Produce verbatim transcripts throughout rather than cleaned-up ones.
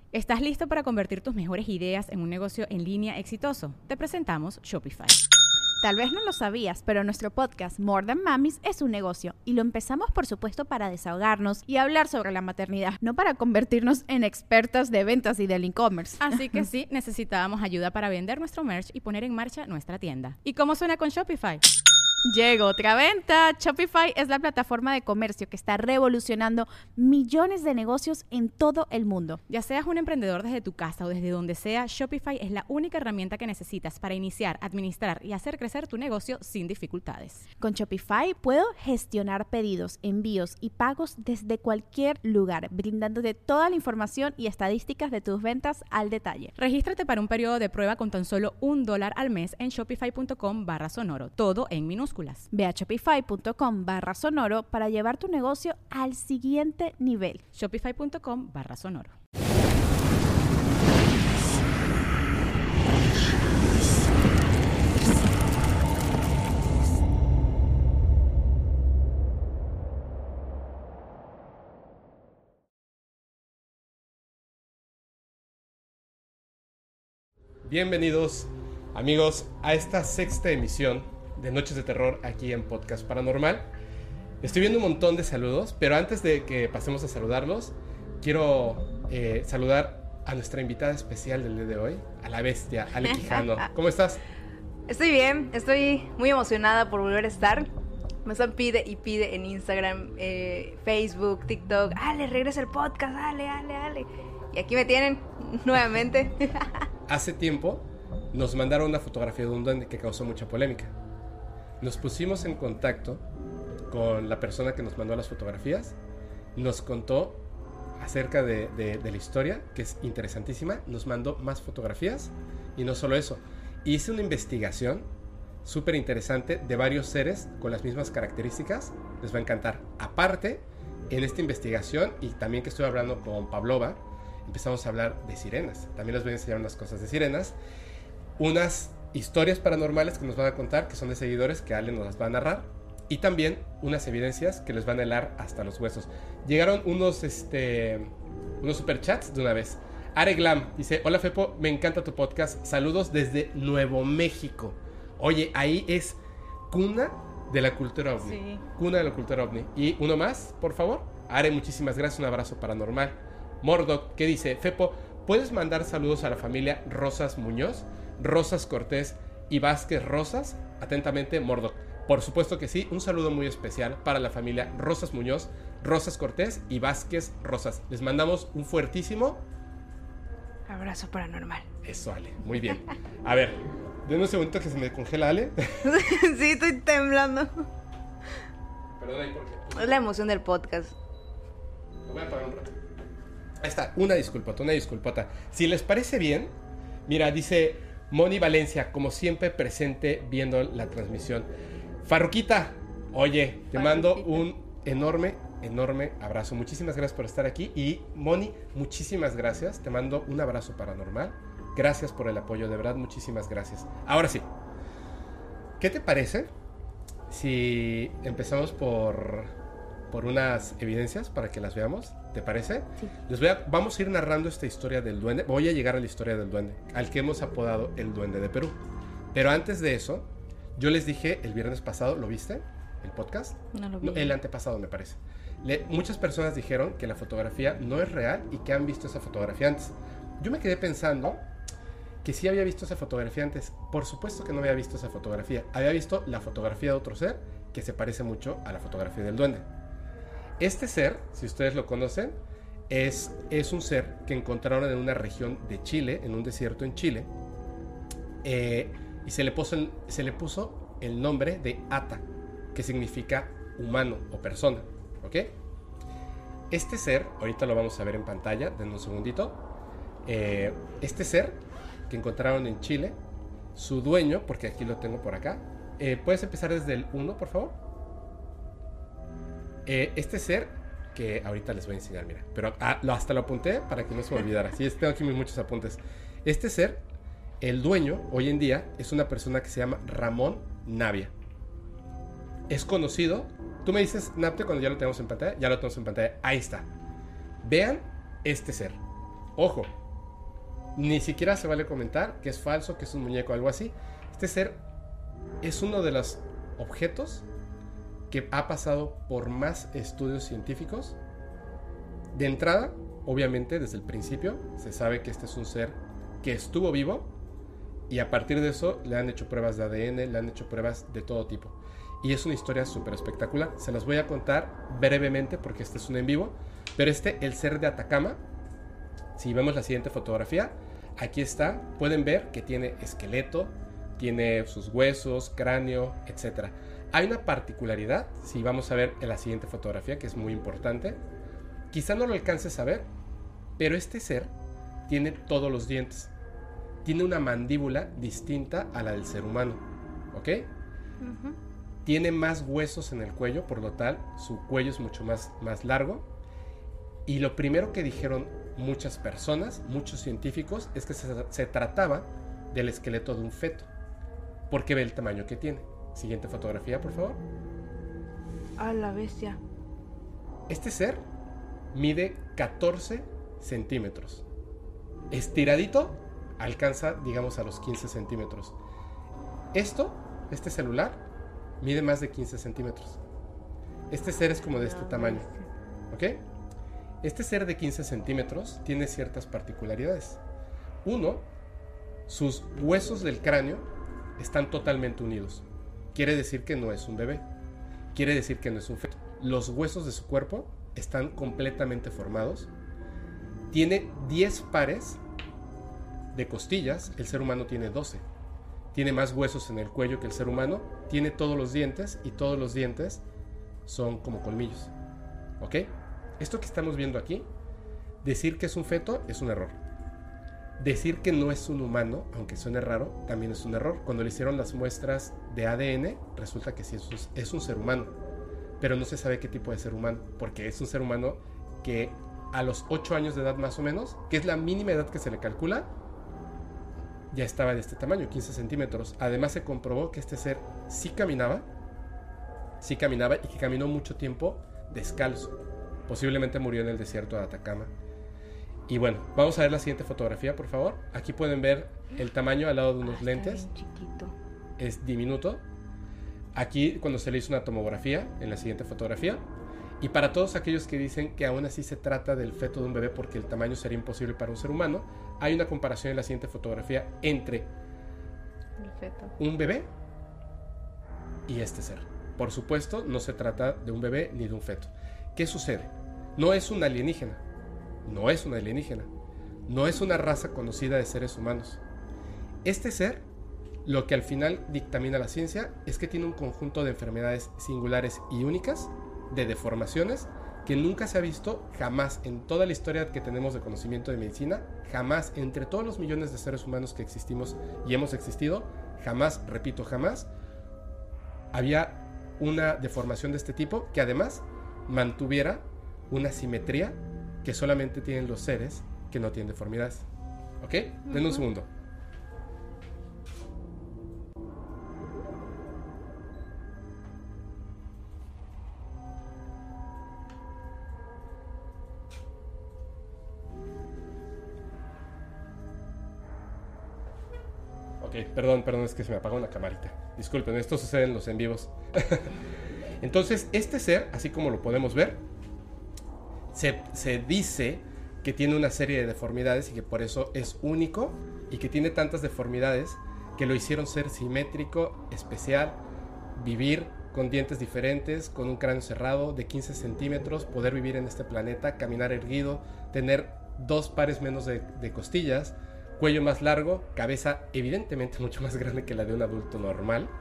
¿Estás listo para convertir tus mejores ideas en un negocio en línea exitoso? Te presentamos Shopify. Tal vez no lo sabías, pero nuestro podcast More Than Mamis es un negocio y lo empezamos por supuesto para desahogarnos y hablar sobre la maternidad, no para convertirnos en expertas de ventas y del e-commerce. Así que sí, necesitábamos ayuda para vender nuestro merch y poner en marcha nuestra tienda. ¿Y cómo suena con Shopify? Llegó otra venta. Shopify es la plataforma de comercio que está revolucionando millones de negocios en todo el mundo. Ya seas un emprendedor desde tu casa o desde donde sea, Shopify es la única herramienta que necesitas para iniciar, administrar y hacer crecer tu negocio sin dificultades. Con Shopify puedo gestionar pedidos, envíos y pagos desde cualquier lugar, brindándote toda la información y estadísticas de tus ventas al detalle. Regístrate para un periodo de prueba con tan solo un dólar al mes en shopify.com barra sonoro, todo en minúsculas. Ve a shopify.com barra sonoro para llevar tu negocio al siguiente nivel. Shopify.com barra sonoro. Bienvenidos, amigos, a esta sexta emisión de Noches de Terror aquí en Podcast Paranormal. Estoy viendo un montón de saludos, pero antes de que pasemos a saludarlos, quiero eh, saludar a nuestra invitada especial del día de hoy, a la bestia, Ale Quijano. ¿Cómo estás? Estoy bien, estoy muy emocionada por volver a estar. Me están pide y pide en Instagram, eh, Facebook, TikTok. Ale, regresa el podcast, Ale, Ale, Ale. Y aquí me tienen nuevamente. Hace tiempo nos mandaron una fotografía de un duende que causó mucha polémica. Nos pusimos en contacto con la persona que nos mandó las fotografías, nos contó acerca de, de, de la historia, que es interesantísima, nos mandó más fotografías y no solo eso, hice una investigación súper interesante de varios seres con las mismas características, les va a encantar. Aparte, en esta investigación y también que estoy hablando con Pavlova, empezamos a hablar de sirenas, también les voy a enseñar unas cosas de sirenas, unas historias paranormales que nos van a contar, que son de seguidores, que Ale nos las va a narrar, y también unas evidencias que les van a helar hasta los huesos. Llegaron unos, este, unos superchats de una vez. Areglam dice: hola Fepo, me encanta tu podcast, saludos desde Nuevo México. Oye, ahí es cuna de la cultura ovni. Sí. Cuna de la cultura ovni. Y uno más, por favor. Are, muchísimas gracias, un abrazo paranormal. Mordok, que dice: Fepo, ¿puedes mandar saludos a la familia Rosas Muñoz? Rosas Cortés y Vázquez Rosas. Atentamente, Mordok. Por supuesto que sí, un saludo muy especial para la familia Rosas Muñoz, Rosas Cortés y Vázquez Rosas. Les mandamos un fuertísimo abrazo paranormal. Eso, Ale, muy bien. A ver, denme un segundito que se me congela, Ale. Sí, estoy temblando. Perdón ahí porque... Es la emoción del podcast. Lo voy a apagar un rato. Ahí está, una disculpota, una disculpota. Si les parece bien, mira, dice Moni Valencia, como siempre presente viendo la transmisión. Farruquita, oye, te mando un enorme, enorme abrazo. Muchísimas gracias por estar aquí. Y Moni, muchísimas gracias. Te mando un abrazo paranormal. Gracias por el apoyo, de verdad, muchísimas gracias. Ahora sí, ¿qué te parece si empezamos por, por unas evidencias para que las veamos? ¿Te parece? Sí. Les voy a, vamos a ir narrando esta historia del duende. Voy a llegar a la historia del duende, al que hemos apodado el Duende de Perú. Pero antes de eso, yo les dije el viernes pasado, ¿lo viste? ¿El podcast? No lo vi. No, el antepasado, me parece. Le, muchas personas dijeron que la fotografía no es real y que han visto esa fotografía antes. Yo me quedé pensando que sí había visto esa fotografía antes. Por supuesto que no había visto esa fotografía. Había visto la fotografía de otro ser que se parece mucho a la fotografía del duende. Este ser, si ustedes lo conocen, es, es un ser que encontraron en una región de Chile, en un desierto en Chile, eh, y se le, puso el, se le puso el nombre de Ata, que significa humano o persona, ¿ok? Este ser, ahorita lo vamos a ver en pantalla, denme un segundito, eh, este ser que encontraron en Chile, su dueño, porque aquí lo tengo por acá, eh, ¿puedes empezar desde el uno, por favor? Eh, este ser, que ahorita les voy a enseñar, mira, pero ah, lo, hasta lo apunté para que no se me olvidara, sí, tengo aquí mis muchos apuntes. Este ser, el dueño, hoy en día, es una persona que se llama Ramón Navia. Es conocido, tú me dices, Napte, cuando ya lo tenemos en pantalla, ya lo tenemos en pantalla, ahí está. Vean este ser. Ojo, ni siquiera se vale comentar que es falso, que es un muñeco o algo así. Este ser es uno de los objetos que ha pasado por más estudios científicos. De entrada, obviamente, desde el principio, se sabe que este es un ser que estuvo vivo y a partir de eso le han hecho pruebas de A D N, le han hecho pruebas de todo tipo. Y es una historia súper espectacular. Se las voy a contar brevemente porque este es un en vivo. Pero este, el ser de Atacama, si vemos la siguiente fotografía, aquí está, pueden ver que tiene esqueleto, tiene sus huesos, cráneo, etcétera. Hay una particularidad, si vamos a ver en la siguiente fotografía, que es muy importante. Quizá no lo alcances a ver, pero este ser tiene todos los dientes. Tiene una mandíbula distinta a la del ser humano, ¿ok? Uh-huh. Tiene más huesos en el cuello, por lo tal, su cuello es mucho más, más largo. Y lo primero que dijeron muchas personas, muchos científicos, es que se, se trataba del esqueleto de un feto, porque ve el tamaño que tiene. Siguiente fotografía, por favor. ¡Ah, la bestia! Este ser mide catorce centímetros. Estiradito, alcanza, digamos, a los quince centímetros. Esto, este celular, mide más de quince centímetros. Este ser es como de este tamaño, ¿ok? Este ser de quince centímetros tiene ciertas particularidades. Uno, sus huesos del cráneo están totalmente unidos. Quiere decir que no es un bebé. Quiere decir que no es un feto. Los huesos de su cuerpo están completamente formados. Tiene diez pares de costillas. El ser humano tiene doce. Tiene más huesos en el cuello que el ser humano. Tiene todos los dientes y todos los dientes son como colmillos. ¿Ok? Esto que estamos viendo aquí, decir que es un feto es un error. Decir que no es un humano, aunque suene raro, también es un error. Cuando le hicieron las muestras de A D N, resulta que sí es un, es un ser humano. Pero no se sabe qué tipo de ser humano, porque es un ser humano que a los ocho años de edad más o menos, que es la mínima edad que se le calcula, ya estaba de este tamaño, quince centímetros. Además se comprobó que este ser sí caminaba, sí caminaba y que caminó mucho tiempo descalzo. Posiblemente murió en el desierto de Atacama. Y bueno, vamos a ver la siguiente fotografía, por favor. Aquí pueden ver el tamaño al lado de unos ah, lentes. Está bien chiquito. Es diminuto. Aquí cuando se le hizo una tomografía, en la siguiente fotografía. Y para todos aquellos que dicen que aún así se trata del feto de un bebé porque el tamaño sería imposible para un ser humano, hay una comparación en la siguiente fotografía entre el feto, un bebé y este ser. Por supuesto, no se trata de un bebé ni de un feto. ¿Qué sucede? No es un alienígena. No es un alienígena. No es una raza conocida de seres humanos. Este ser, lo que al final dictamina la ciencia, es que tiene un conjunto de enfermedades singulares y únicas, de deformaciones, que nunca se ha visto jamás en toda la historia que tenemos de conocimiento de medicina, jamás entre todos los millones de seres humanos que existimos y hemos existido, jamás, repito, jamás, había una deformación de este tipo que además mantuviera una simetría que solamente tienen los seres que no tienen deformidades. ¿Ok? Uh-huh. Denme un segundo. Ok, perdón, perdón, es que se me apagó una camarita. Disculpen, esto sucede en los en vivos. Entonces, este ser, así como lo podemos ver, se, se dice que tiene una serie de deformidades y que por eso es único y que tiene tantas deformidades que lo hicieron ser simétrico, especial, vivir con dientes diferentes, con un cráneo cerrado de quince centímetros, poder vivir en este planeta, caminar erguido, tener dos pares menos de, de costillas, cuello más largo, cabeza evidentemente mucho más grande que la de un adulto normal.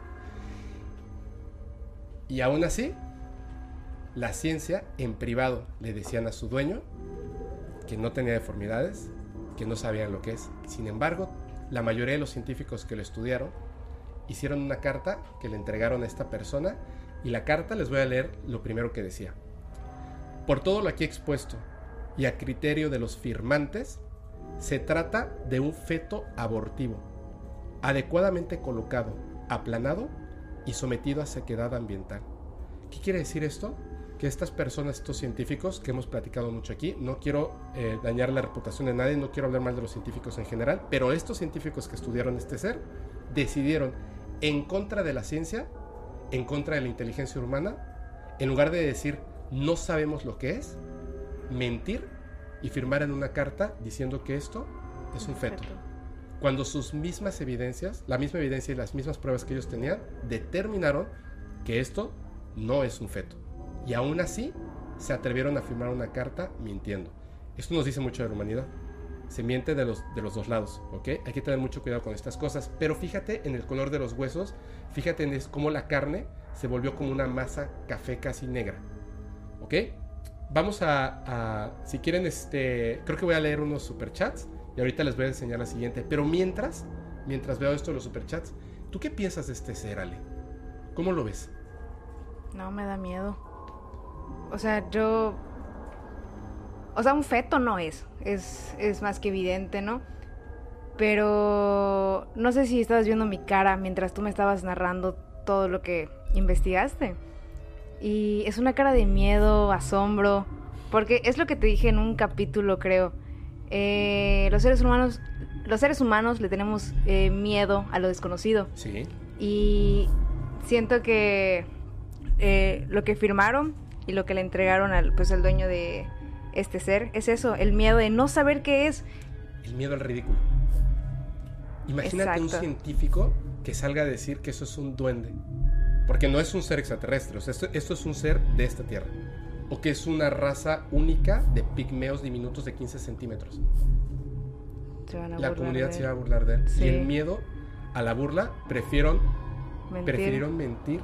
Y aún así, la ciencia en privado le decían a su dueño que no tenía deformidades, que no sabían lo que es. Sin embargo, la mayoría de los científicos que lo estudiaron hicieron una carta que le entregaron a esta persona y la carta les voy a leer lo primero que decía. Por todo lo aquí expuesto y a criterio de los firmantes, se trata de un feto abortivo, adecuadamente colocado, aplanado y sometido a sequedad ambiental. ¿Qué quiere decir esto? que estas personas, estos científicos que hemos platicado mucho aquí, no quiero eh, dañar la reputación de nadie, no quiero hablar mal de los científicos en general, pero estos científicos que estudiaron este ser decidieron, en contra de la ciencia, en contra de la inteligencia humana, en lugar de decir no sabemos lo que es, mentir y firmar en una carta diciendo que esto es un feto. Cuando sus mismas evidencias, la misma evidencia y las mismas pruebas que ellos tenían, determinaron que esto no es un feto. Y aún así, se atrevieron a firmar una carta mintiendo. Esto nos dice mucho de la humanidad. Se miente de los, de los dos lados, ¿ok? Hay que tener mucho cuidado con estas cosas. Pero fíjate en el color de los huesos, fíjate en es, cómo la carne se volvió como una masa café casi negra, ¿ok? Vamos a, a si quieren, este, creo que voy a leer unos superchats y ahorita les voy a enseñar la siguiente. Pero mientras, mientras veo esto de los superchats, ¿tú qué piensas de este ser, Ale? ¿Cómo lo ves? No, me da miedo. O sea, yo... O sea, un feto no es. Es, es más que evidente, ¿no? Pero... No sé si estabas viendo mi cara mientras tú me estabas narrando todo lo que investigaste. Y es una cara de miedo, asombro. Porque es lo que te dije en un capítulo, creo. Eh, los seres humanos... Los seres humanos le tenemos eh, miedo a lo desconocido. Sí. Y siento que eh, lo que firmaron y lo que le entregaron al, pues, al dueño de este ser es eso, el miedo de no saber qué es. El miedo al ridículo. Imagínate. Exacto. Un científico que salga a decir que eso es un duende. Porque no es un ser extraterrestre, o sea, esto, esto es un ser de esta tierra. O que es una raza única de pigmeos diminutos de quince centímetros. Se van a la burlar comunidad de se va a burlar de él. Sí. Y el miedo a la burla, prefirieron mentir. prefirieron mentir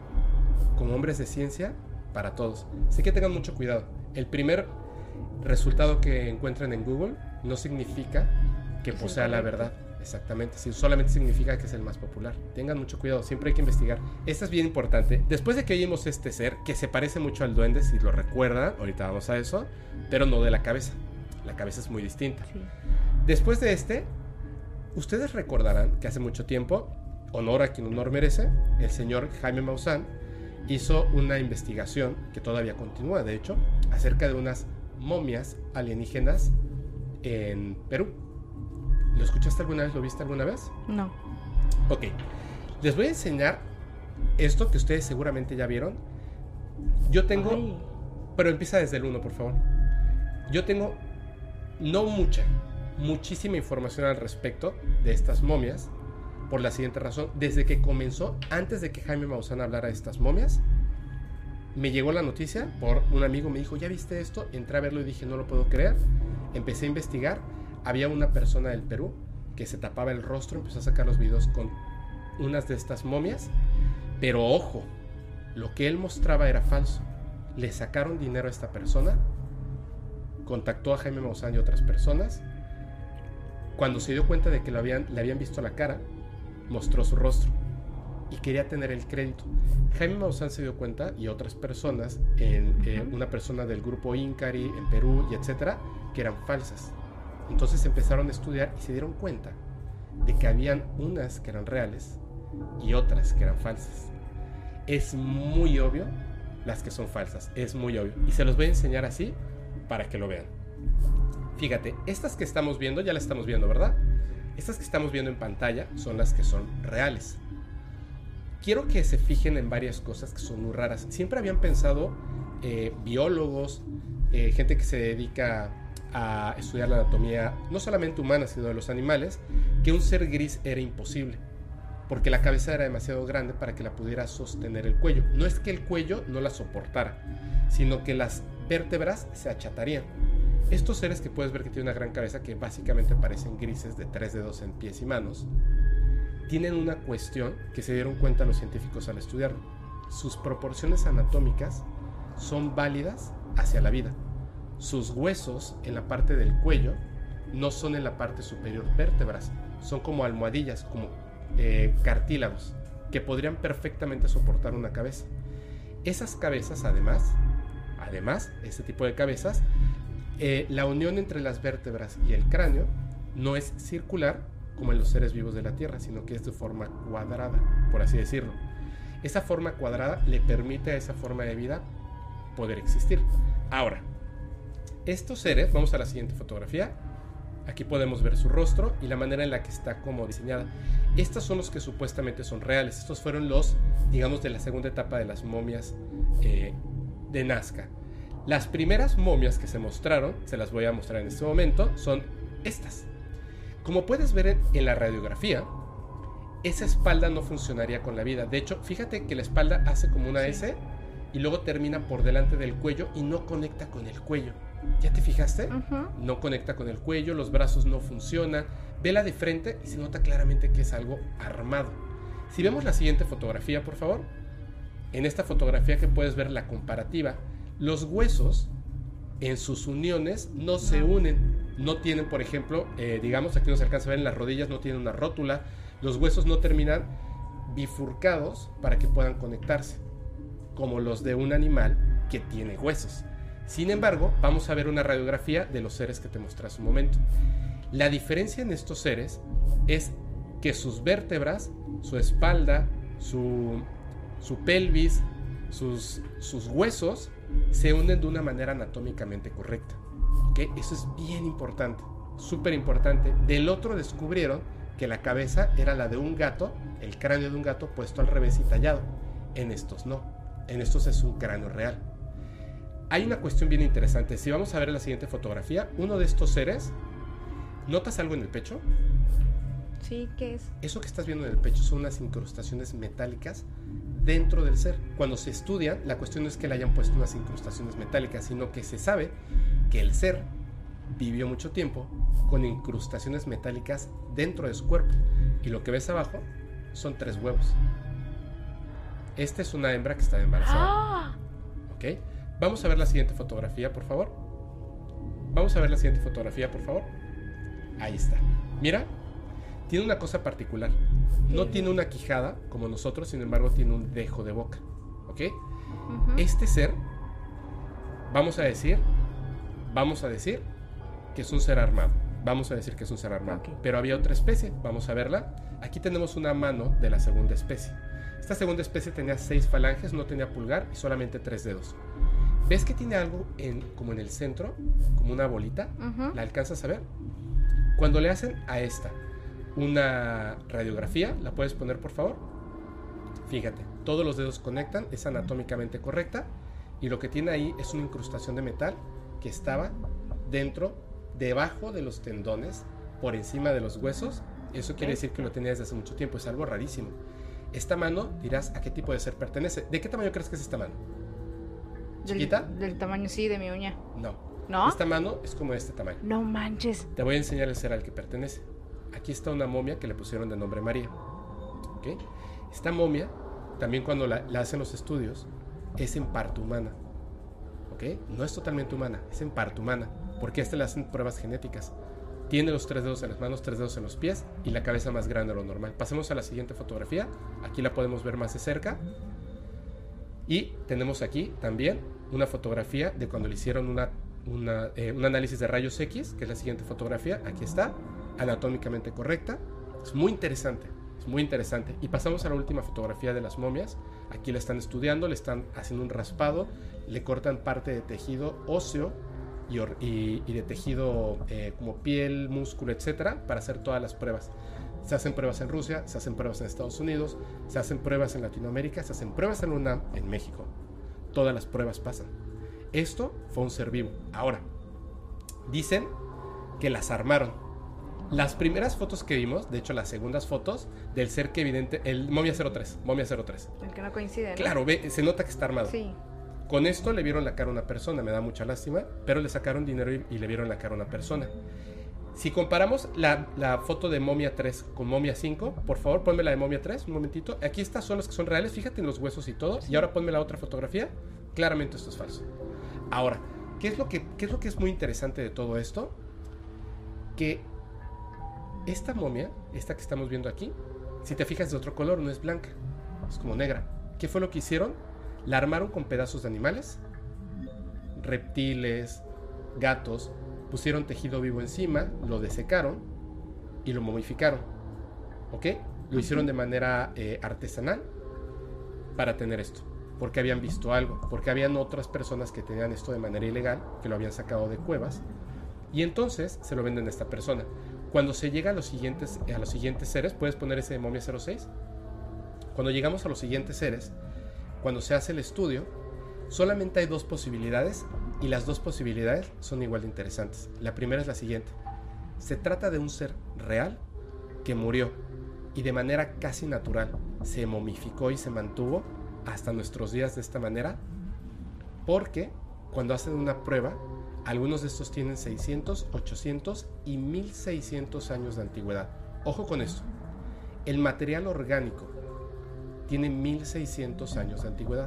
como hombres de ciencia para todos. Así que tengan mucho cuidado. El primer resultado que encuentren en Google no significa que posea la verdad. Exactamente, sí, solamente significa que es el más popular. Tengan mucho cuidado, siempre hay que investigar. Esto es bien importante. Después de que vimos este ser, que se parece mucho al duende, si lo recuerdan, ahorita vamos a eso, pero no de la cabeza. La cabeza es muy distinta. Sí. Después de este, ustedes recordarán que hace mucho tiempo, honor a quien honor merece, el señor Jaime Maussan hizo una investigación, que todavía continúa de hecho, acerca de unas momias alienígenas en Perú. ¿Lo escuchaste alguna vez? ¿Lo viste alguna vez? No. Ok. Les voy a enseñar esto que ustedes seguramente ya vieron. Yo tengo... Ay. Pero empieza desde el uno, por favor. Yo tengo no mucha, muchísima información al respecto de estas momias, por la siguiente razón. Desde que comenzó, antes de que Jaime Maussan hablara de estas momias, me llegó la noticia por un amigo, me dijo, ¿ya viste esto? Entré a verlo y dije, no lo puedo creer. Empecé a investigar. Había una persona del Perú que se tapaba el rostro, empezó a sacar los videos con unas de estas momias, pero ojo, lo que él mostraba era falso. Le sacaron dinero a esta persona, contactó a Jaime Maussan y otras personas. Cuando se dio cuenta de que lo habían, le habían visto la cara, mostró su rostro y quería tener el crédito. Jaime Maussan se dio cuenta, y otras personas, en, uh-huh. eh, una persona del grupo Incari en Perú y etcétera, que eran falsas. Entonces empezaron a estudiar y se dieron cuenta de que habían unas que eran reales y otras que eran falsas. Es muy obvio las que son falsas, es muy obvio. Y se los voy a enseñar así para que lo vean. Fíjate, estas que estamos viendo, ya las estamos viendo, ¿verdad? Estas que estamos viendo en pantalla son las que son reales. Quiero que se fijen en varias cosas que son muy raras. Siempre habían pensado eh, biólogos, eh, gente que se dedica a estudiar la anatomía, no solamente humana, sino de los animales, que un ser gris era imposible, porque la cabeza era demasiado grande para que la pudiera sostener el cuello. No es que el cuello no la soportara, sino que las vértebras se achatarían. Estos seres que puedes ver que tienen una gran cabeza, que básicamente parecen grises de tres dedos en pies y manos, tienen una cuestión que se dieron cuenta los científicos al estudiarlo. Sus proporciones anatómicas son válidas hacia la vida. Sus huesos en la parte del cuello no son en la parte superior vértebras, son como almohadillas, como eh, cartílagos, que podrían perfectamente soportar una cabeza. Esas cabezas, además, además, este tipo de cabezas, eh, la unión entre las vértebras y el cráneo no es circular como en los seres vivos de la Tierra, sino que es de forma cuadrada, por así decirlo. Esa forma cuadrada le permite a esa forma de vida poder existir. Ahora, estos seres, vamos a la siguiente fotografía. Aquí podemos ver su rostro y la manera en la que está como diseñada. Estos son los que supuestamente son reales. Estos fueron los, digamos, de la segunda etapa de las momias eh, de Nazca. Las primeras momias que se mostraron, se las voy a mostrar en este momento, son estas. Como puedes ver en la radiografía, esa espalda no funcionaría con la vida. De hecho, fíjate que la espalda hace como una sí. S y luego termina por delante del cuello y no conecta con el cuello. ¿Ya te fijaste? Uh-huh. No conecta con el cuello, los brazos no funcionan. Vela de frente y se nota claramente que es algo armado. Si vemos la siguiente fotografía, por favor. En esta fotografía que puedes ver la comparativa, los huesos en sus uniones no se unen. No tienen, por ejemplo, eh, digamos, aquí no se alcanza a ver en las rodillas, no tienen una rótula. Los huesos no terminan bifurcados para que puedan conectarse, como los de un animal que tiene huesos. Sin embargo, vamos a ver una radiografía de los seres que te mostré hace un momento. La diferencia en estos seres es que sus vértebras, su espalda, su, su pelvis, sus, sus huesos se unen de una manera anatómicamente correcta. ¿Okay? Eso es bien importante, súper importante. Del otro descubrieron que la cabeza era la de un gato, el cráneo de un gato puesto al revés y tallado. En estos no, en estos es un cráneo real. Hay una cuestión bien interesante. Si vamos a ver la siguiente fotografía, uno de estos seres, ¿notas algo en el pecho? Sí, ¿qué es? Eso que estás viendo en el pecho son unas incrustaciones metálicas dentro del ser. Cuando se estudian, la cuestión no es que le hayan puesto unas incrustaciones metálicas, sino que se sabe que el ser vivió mucho tiempo con incrustaciones metálicas dentro de su cuerpo. Y lo que ves abajo son tres huevos. Esta es una hembra que está embarazada. ¡Ah! ¿Ok? Vamos a ver la siguiente fotografía, por favor. Vamos a ver la siguiente fotografía, por favor. Ahí está. Mira, tiene una cosa particular. No tiene una quijada como nosotros, sin embargo tiene un dejo de boca. ¿Ok? Uh-huh. Este ser, vamos a decir, vamos a decir que es un ser armado. Vamos a decir que es un ser armado. Okay. Pero había otra especie, vamos a verla. Aquí tenemos una mano de la segunda especie. Esta segunda especie tenía seis falanges, no tenía pulgar y solamente tres dedos. ¿Ves que tiene algo en, como en el centro? Como una bolita. Uh-huh. ¿La alcanzas a ver? Cuando le hacen a esta una radiografía, ¿la puedes poner, por favor? Fíjate, todos los dedos conectan, es anatómicamente correcta. Y lo que tiene ahí es una incrustación de metal que estaba dentro, debajo de los tendones, por encima de los huesos. Eso quiere decir que lo tenía desde hace mucho tiempo. Es algo rarísimo. Esta mano, dirás, ¿a qué tipo de ser pertenece? ¿De qué tamaño crees que es esta mano? ¿Chiquita? Del, del tamaño, sí, de mi uña. No. ¿No? Esta mano es como de este tamaño. No manches. Te voy a enseñar el ser al que pertenece. Aquí está una momia que le pusieron de nombre María. ¿Ok? Esta momia, también cuando la, la hacen los estudios, es en parte humana. ¿Ok? No es totalmente humana, es en parte humana. Porque a esta le hacen pruebas genéticas. Tiene los tres dedos en las manos, tres dedos en los pies y la cabeza más grande de lo normal. Pasemos a la siguiente fotografía. Aquí la podemos ver más de cerca. Y tenemos aquí también una fotografía de cuando le hicieron una, una, eh, un análisis de rayos X, que es la siguiente fotografía. Aquí está, anatómicamente correcta. Es muy interesante, es muy interesante. Y pasamos a la última fotografía de las momias. Aquí la están estudiando, le están haciendo un raspado, le cortan parte de tejido óseo y, y, y de tejido eh, como piel, músculo, etcétera, para hacer todas las pruebas. Se hacen pruebas en Rusia, se hacen pruebas en Estados Unidos, se hacen pruebas en Latinoamérica, se hacen pruebas en UNAM, en México. Todas las pruebas pasan. Esto fue un ser vivo. Ahora, dicen que las armaron. Las primeras fotos que vimos, de hecho las segundas fotos, del ser que evidente, el momia cero tres, momia cero tres. El que no coincide, ¿no? Claro, ve, se nota que está armado. Sí. Con esto le vieron la cara a una persona, me da mucha lástima, pero le sacaron dinero y, y le vieron la cara a una persona. Si comparamos la, la foto de momia tres con momia cinco, por favor ponme la de momia tres, un momentito. Aquí estas son las que son reales, fíjate en los huesos y todo. Sí. Y ahora ponme la otra fotografía. Claramente esto es falso. Ahora, ¿qué es lo que, qué es lo que es muy interesante de todo esto? Que esta momia, esta que estamos viendo aquí, si te fijas de otro color, no es blanca, es como negra. ¿Qué fue lo que hicieron? La armaron con pedazos de animales, reptiles, gatos. Pusieron tejido vivo encima, lo desecaron y lo momificaron. ¿Ok? Lo hicieron de manera eh, artesanal para tener esto. porque habían visto algo, porque habían otras personas que tenían esto de manera ilegal, que lo habían sacado de cuevas, y entonces se lo venden a esta persona. Cuando se llega a los siguientes, a los siguientes seres, ¿puedes poner ese de momia cero seis? Cuando llegamos a los siguientes seres, cuando se hace el estudio, solamente hay dos posibilidades, y las dos posibilidades son igual de interesantes. La primera es la siguiente: se trata de un ser real que murió y de manera casi natural se momificó y se mantuvo hasta nuestros días de esta manera, porque cuando hacen una prueba, algunos de estos tienen seiscientos, ochocientos y mil seiscientos años de antigüedad. Ojo con esto: el material orgánico tiene mil seiscientos años de antigüedad.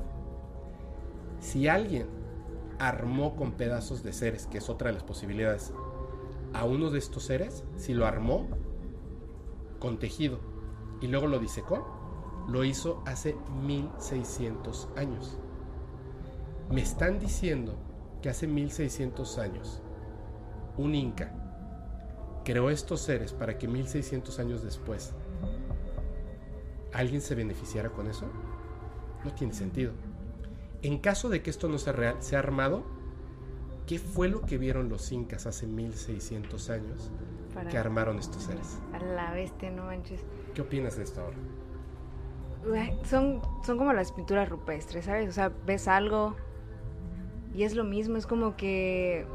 Si alguien armó con pedazos de seres, que es otra de las posibilidades, a uno de estos seres, si lo armó con tejido y luego lo disecó, lo hizo hace mil seiscientos años. Me están diciendo que hace mil seiscientos años un inca creó estos seres para que mil seiscientos años después alguien se beneficiara con eso. No tiene sentido. En caso de que esto no sea real, sea armado, ¿qué fue lo que vieron los incas hace mil seiscientos años para que armaron estos seres? A la bestia, no manches. ¿Qué opinas de esto ahora? Son, son como las pinturas rupestres, ¿sabes? O sea, ves algo y es lo mismo, es como que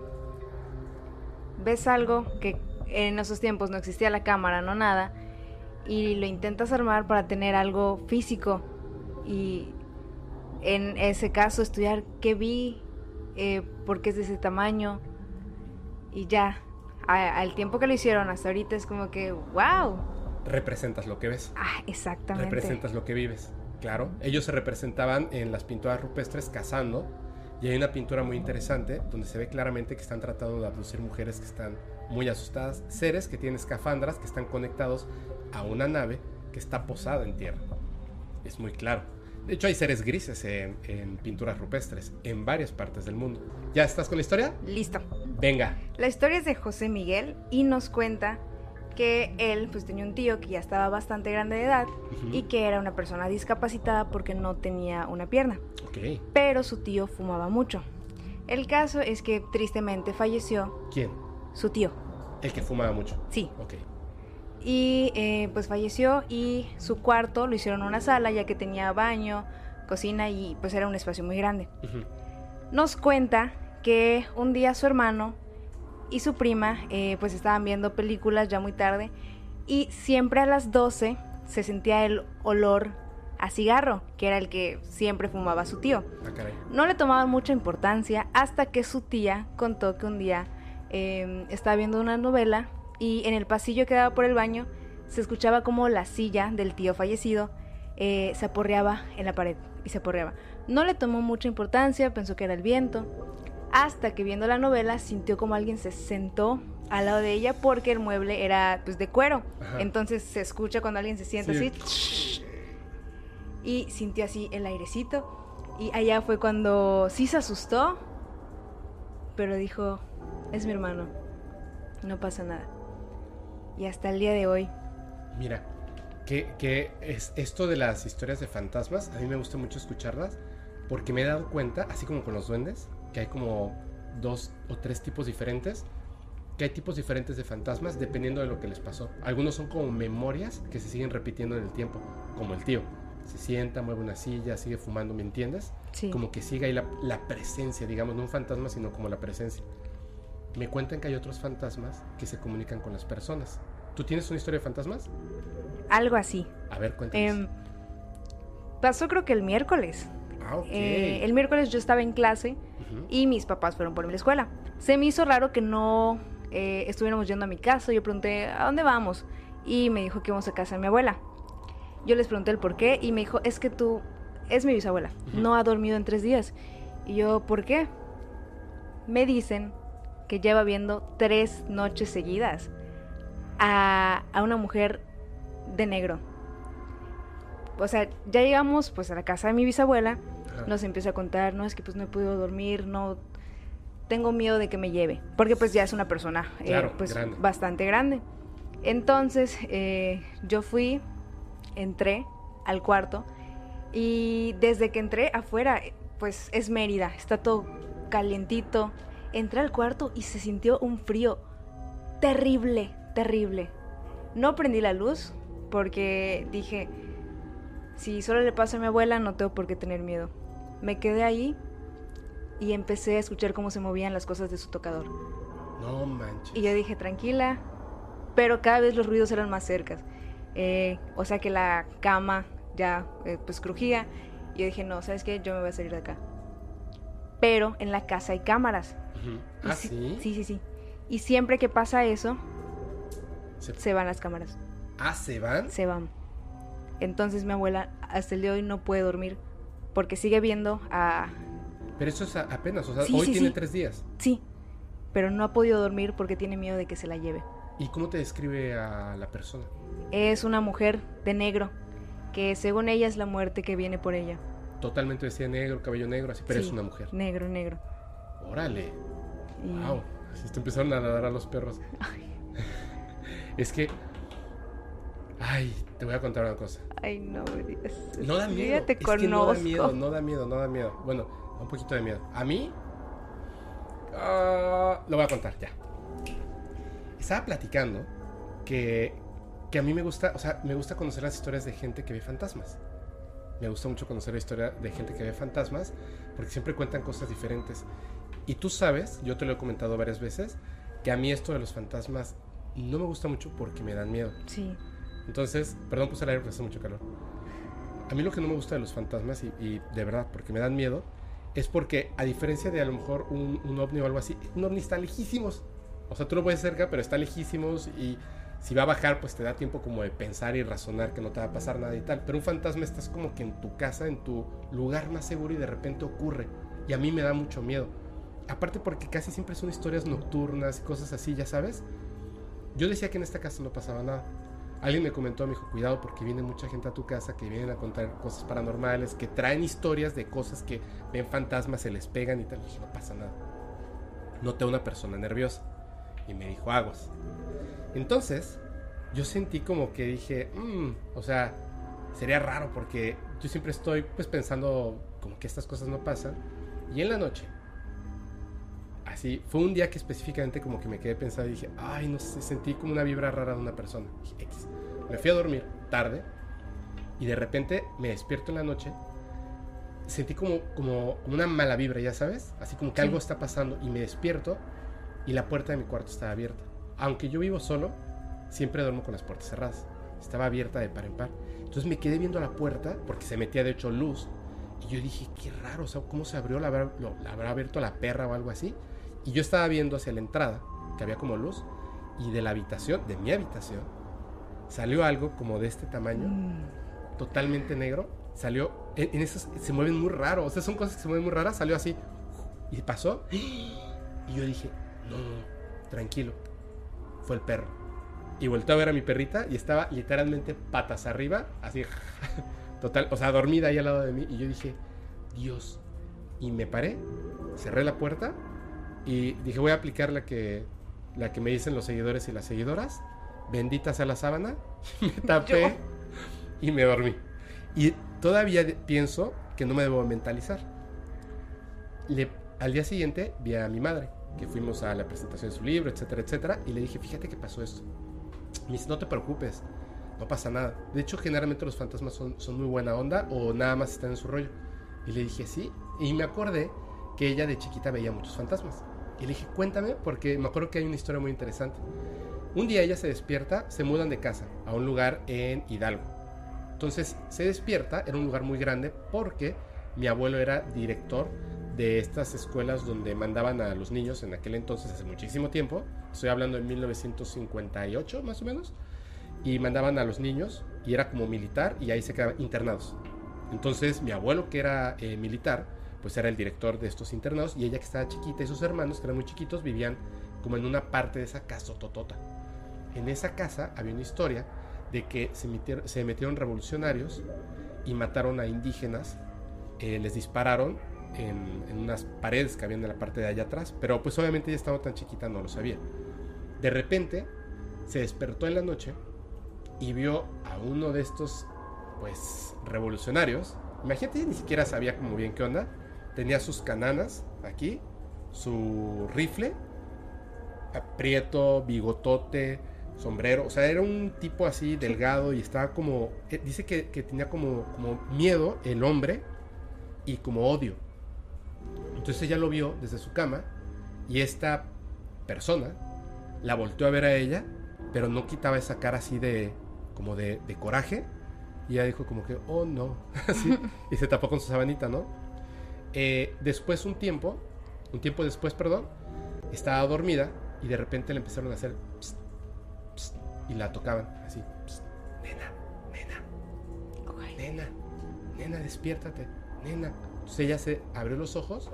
ves algo que en esos tiempos no existía la cámara, no nada, y lo intentas armar para tener algo físico, y en ese caso estudiar qué vi, eh, por qué es de ese tamaño, y ya, a, al tiempo que lo hicieron hasta ahorita es como que, wow. Representas lo que ves. Ah, exactamente. Representas lo que vives. Claro, ellos se representaban en las pinturas rupestres cazando, y hay una pintura muy interesante donde se ve claramente que están tratando de abducir mujeres que están muy asustadas, seres que tienen escafandras que están conectados a una nave que está posada en tierra. Es muy claro. De hecho, hay seres grises en, en pinturas rupestres en varias partes del mundo. ¿Ya estás con la historia? Listo. Venga. La historia es de José Miguel y nos cuenta que él pues tenía un tío que ya estaba bastante grande de edad, uh-huh, y que era una persona discapacitada porque no tenía una pierna. Okay. Pero su tío fumaba mucho. El caso es que tristemente falleció. ¿Quién? Su tío. El que fumaba mucho. Sí. Okay. Y eh, pues falleció, y su cuarto lo hicieron una sala ya que tenía baño, cocina y pues era un espacio muy grande. Uh-huh. Nos cuenta que un día su hermano y su prima eh, pues estaban viendo películas ya muy tarde, y siempre a las doce se sentía el olor a cigarro, que era el que siempre fumaba su tío. Ah, caray. No le tomaban mucha importancia hasta que su tía contó que un día eh, estaba viendo una novela y en el pasillo que daba por el baño se escuchaba como la silla del tío fallecido eh, se aporreaba en la pared y se aporreaba. No le tomó mucha importancia, pensó que era el viento, hasta que viendo la novela sintió como alguien se sentó al lado de ella, porque el mueble era pues de cuero. Ajá. Entonces se escucha cuando alguien se sienta, sí, así, y sintió así el airecito, y allá fue cuando sí se asustó, pero dijo, es mi hermano, no pasa nada. Y hasta el día de hoy. Mira, que, que es esto de las historias de fantasmas, a mí me gusta mucho escucharlas, porque me he dado cuenta, así como con los duendes, que hay como dos o tres tipos diferentes, que hay tipos diferentes de fantasmas dependiendo de lo que les pasó. Algunos son como memorias que se siguen repitiendo en el tiempo, como el tío. Se sienta, mueve una silla, sigue fumando, ¿me entiendes? Sí. Como que sigue ahí la, la presencia, digamos, no un fantasma, sino como la presencia. Me cuentan que hay otros fantasmas que se comunican con las personas. ¿Tú tienes una historia de fantasmas? Algo así. A ver, cuéntanos. Eh, pasó creo que el miércoles. Ah, ok. Eh, el miércoles yo estaba en clase, uh-huh, y mis papás fueron por mi escuela. Se me hizo raro que no eh, estuviéramos yendo a mi casa. Yo pregunté, ¿a dónde vamos? Y me dijo que íbamos a casa de mi abuela. Yo les pregunté el por qué y me dijo, es que tú, es mi bisabuela, uh-huh, no ha dormido en tres días. Y yo, ¿por qué? Me dicen que lleva viendo tres noches seguidas a, a una mujer de negro. O sea, ya llegamos pues a la casa de mi bisabuela. Ajá. Nos empieza a contar, no, es que pues no he podido dormir, no, tengo miedo de que me lleve, porque pues ya es una persona claro, eh, pues grande. bastante grande. Entonces eh, yo fui, entré al cuarto Y desde que entré afuera, pues es Mérida, está todo calientito. Entré al cuarto y se sintió un frío terrible, terrible. No prendí la luz porque dije, si solo le pasa a mi abuela, no tengo por qué tener miedo. Me quedé ahí y empecé a escuchar cómo se movían las cosas de su tocador. No manches. Y yo dije, tranquila, pero cada vez los ruidos eran más cercas. Eh, o sea que la cama ya eh, pues crujía. Y yo dije, no, ¿sabes qué? Yo me voy a salir de acá. Pero en la casa hay cámaras. Uh-huh. ¿Ah, si- sí? Sí, sí, sí. Y siempre que pasa eso, Se... se van las cámaras. Ah, ¿se van? Se van. Entonces mi abuela hasta el día de hoy no puede dormir porque sigue viendo a... Pero eso es a- apenas, o sea, Sí, hoy sí, tiene sí. tres días. Sí, pero no ha podido dormir porque tiene miedo de que se la lleve. ¿Y cómo te describe a la persona? Es una mujer de negro que según ella es la muerte que viene por ella. Totalmente vestida de negro, cabello negro, así, pero Sí, es una mujer. Negro, negro. Órale. Y- Wow. Así te empezaron a nadar a los perros. Es que... Ay, te voy a contar una cosa. Ay, no me digas. No da Yo miedo. ya te es conozco. que no da miedo, no da miedo, no da miedo. Bueno, un poquito de miedo. A mí... ah, lo voy a contar, ya. Estaba platicando que, que a mí me gusta, o sea, me gusta conocer las historias de gente que ve fantasmas. Me gusta mucho conocer la historia de gente que ve fantasmas porque siempre cuentan cosas diferentes. Y tú sabes, yo te lo he comentado varias veces, que a mí esto de los fantasmas no me gusta mucho porque me dan miedo. Sí. Entonces, perdón, puse el aire porque hace mucho calor. A mí lo que no me gusta de los fantasmas, y, y de verdad, porque me dan miedo, es porque, a diferencia de a lo mejor un, un ovni o algo así, un ovni está lejísimos. O sea, tú lo puedes cerca, pero está lejísimos y si va a bajar, pues te da tiempo como de pensar y razonar que no te va a pasar nada y tal. Pero un fantasma estás como que en tu casa, en tu lugar más seguro y de repente ocurre. Y a mí me da mucho miedo. Aparte porque casi siempre son historias nocturnas y cosas así, ya sabes. Yo decía que en esta casa no pasaba nada. Alguien me comentó, me dijo, cuidado porque viene mucha gente a tu casa que vienen a contar cosas paranormales, que traen historias de cosas que ven fantasmas, se les pegan y tal. Y dije, no pasa nada. Noté a una persona nerviosa y me dijo, aguas. Entonces, yo sentí como que dije, mmm, o sea, sería raro porque yo siempre estoy pues pensando como que estas cosas no pasan. Y en la noche, así, fue un día que específicamente como que me quedé pensando y dije, ay, no sé, sentí como una vibra rara de una persona. Dije, X. Me fui a dormir tarde y de repente me despierto en la noche. Sentí como, como una mala vibra, ya sabes, así como que Sí. algo está pasando y me despierto y la puerta de mi cuarto estaba abierta. Aunque yo vivo solo, siempre duermo con las puertas cerradas. Estaba abierta de par en par. Entonces me quedé viendo la puerta porque se metía de hecho luz. Y yo dije, qué raro, o sea, ¿cómo se abrió? ¿La habrá, lo, la habrá abierto la perra o algo así? Y yo estaba viendo hacia la entrada, que había como luz, y de la habitación, de mi habitación, salió algo como de este tamaño, Mm. totalmente negro. Salió, en, en esos se mueven muy raro, o sea, son cosas que se mueven muy raras. Salió así, y pasó. Y yo dije, no, no, no, tranquilo. Fue el perro. Y volteé a ver a mi perrita y estaba literalmente patas arriba, así, total, o sea, dormida ahí al lado de mí. Y yo dije, Dios. Y me paré, cerré la puerta y dije, voy a aplicar la que, la que me dicen los seguidores y las seguidoras. Bendita sea la sábana. Me tapé Yo. y me dormí. Y todavía de- pienso que no me debo mentalizar. Le, al día siguiente vi a mi madre, que fuimos a la presentación de su libro, etcétera, etcétera, y le dije, fíjate que pasó esto. Me dice, no te preocupes, no pasa nada. De hecho, generalmente los fantasmas son, son muy buena onda o nada más están en su rollo. Y le dije, sí. Y me acordé que ella de chiquita veía muchos fantasmas. Y le dije, cuéntame, porque me acuerdo que hay una historia muy interesante. Un día ella se despierta, se mudan de casa a un lugar en Hidalgo. Entonces se despierta, era un lugar muy grande porque mi abuelo era director de estas escuelas donde mandaban a los niños en aquel entonces, hace muchísimo tiempo. Estoy hablando de mil novecientos cincuenta y ocho más o menos. Y mandaban a los niños y era como militar y ahí se quedaban internados. Entonces mi abuelo, que era eh, militar, pues era el director de estos internados, y ella, que estaba chiquita, y sus hermanos, que eran muy chiquitos, vivían como en una parte de esa casa totota. En esa casa había una historia de que se metieron, se metieron revolucionarios y mataron a indígenas, eh, les dispararon en, en unas paredes que habían en la parte de allá atrás, pero pues obviamente ella estaba tan chiquita, no lo sabía. De repente se despertó en la noche y vio a uno de estos pues revolucionarios Imagínate, ni siquiera sabía como bien qué onda. Tenía sus cananas aquí, su rifle, aprieto, bigotote, sombrero. O sea, era un tipo así delgado y estaba como... eh, dice que, que tenía como, como miedo el hombre y como odio. Entonces ella lo vio desde su cama y esta persona la volteó a ver a ella, pero no quitaba esa cara así de... como de, de coraje. Y ella dijo como que, oh no, así, y se tapó con su sabanita, ¿no? Eh, después un tiempo, un tiempo después, perdón, estaba dormida y de repente le empezaron a hacer psst, psst, y la tocaban así, psst, nena, nena, Ay. nena, nena, despiértate, nena. Entonces ella se abrió los ojos.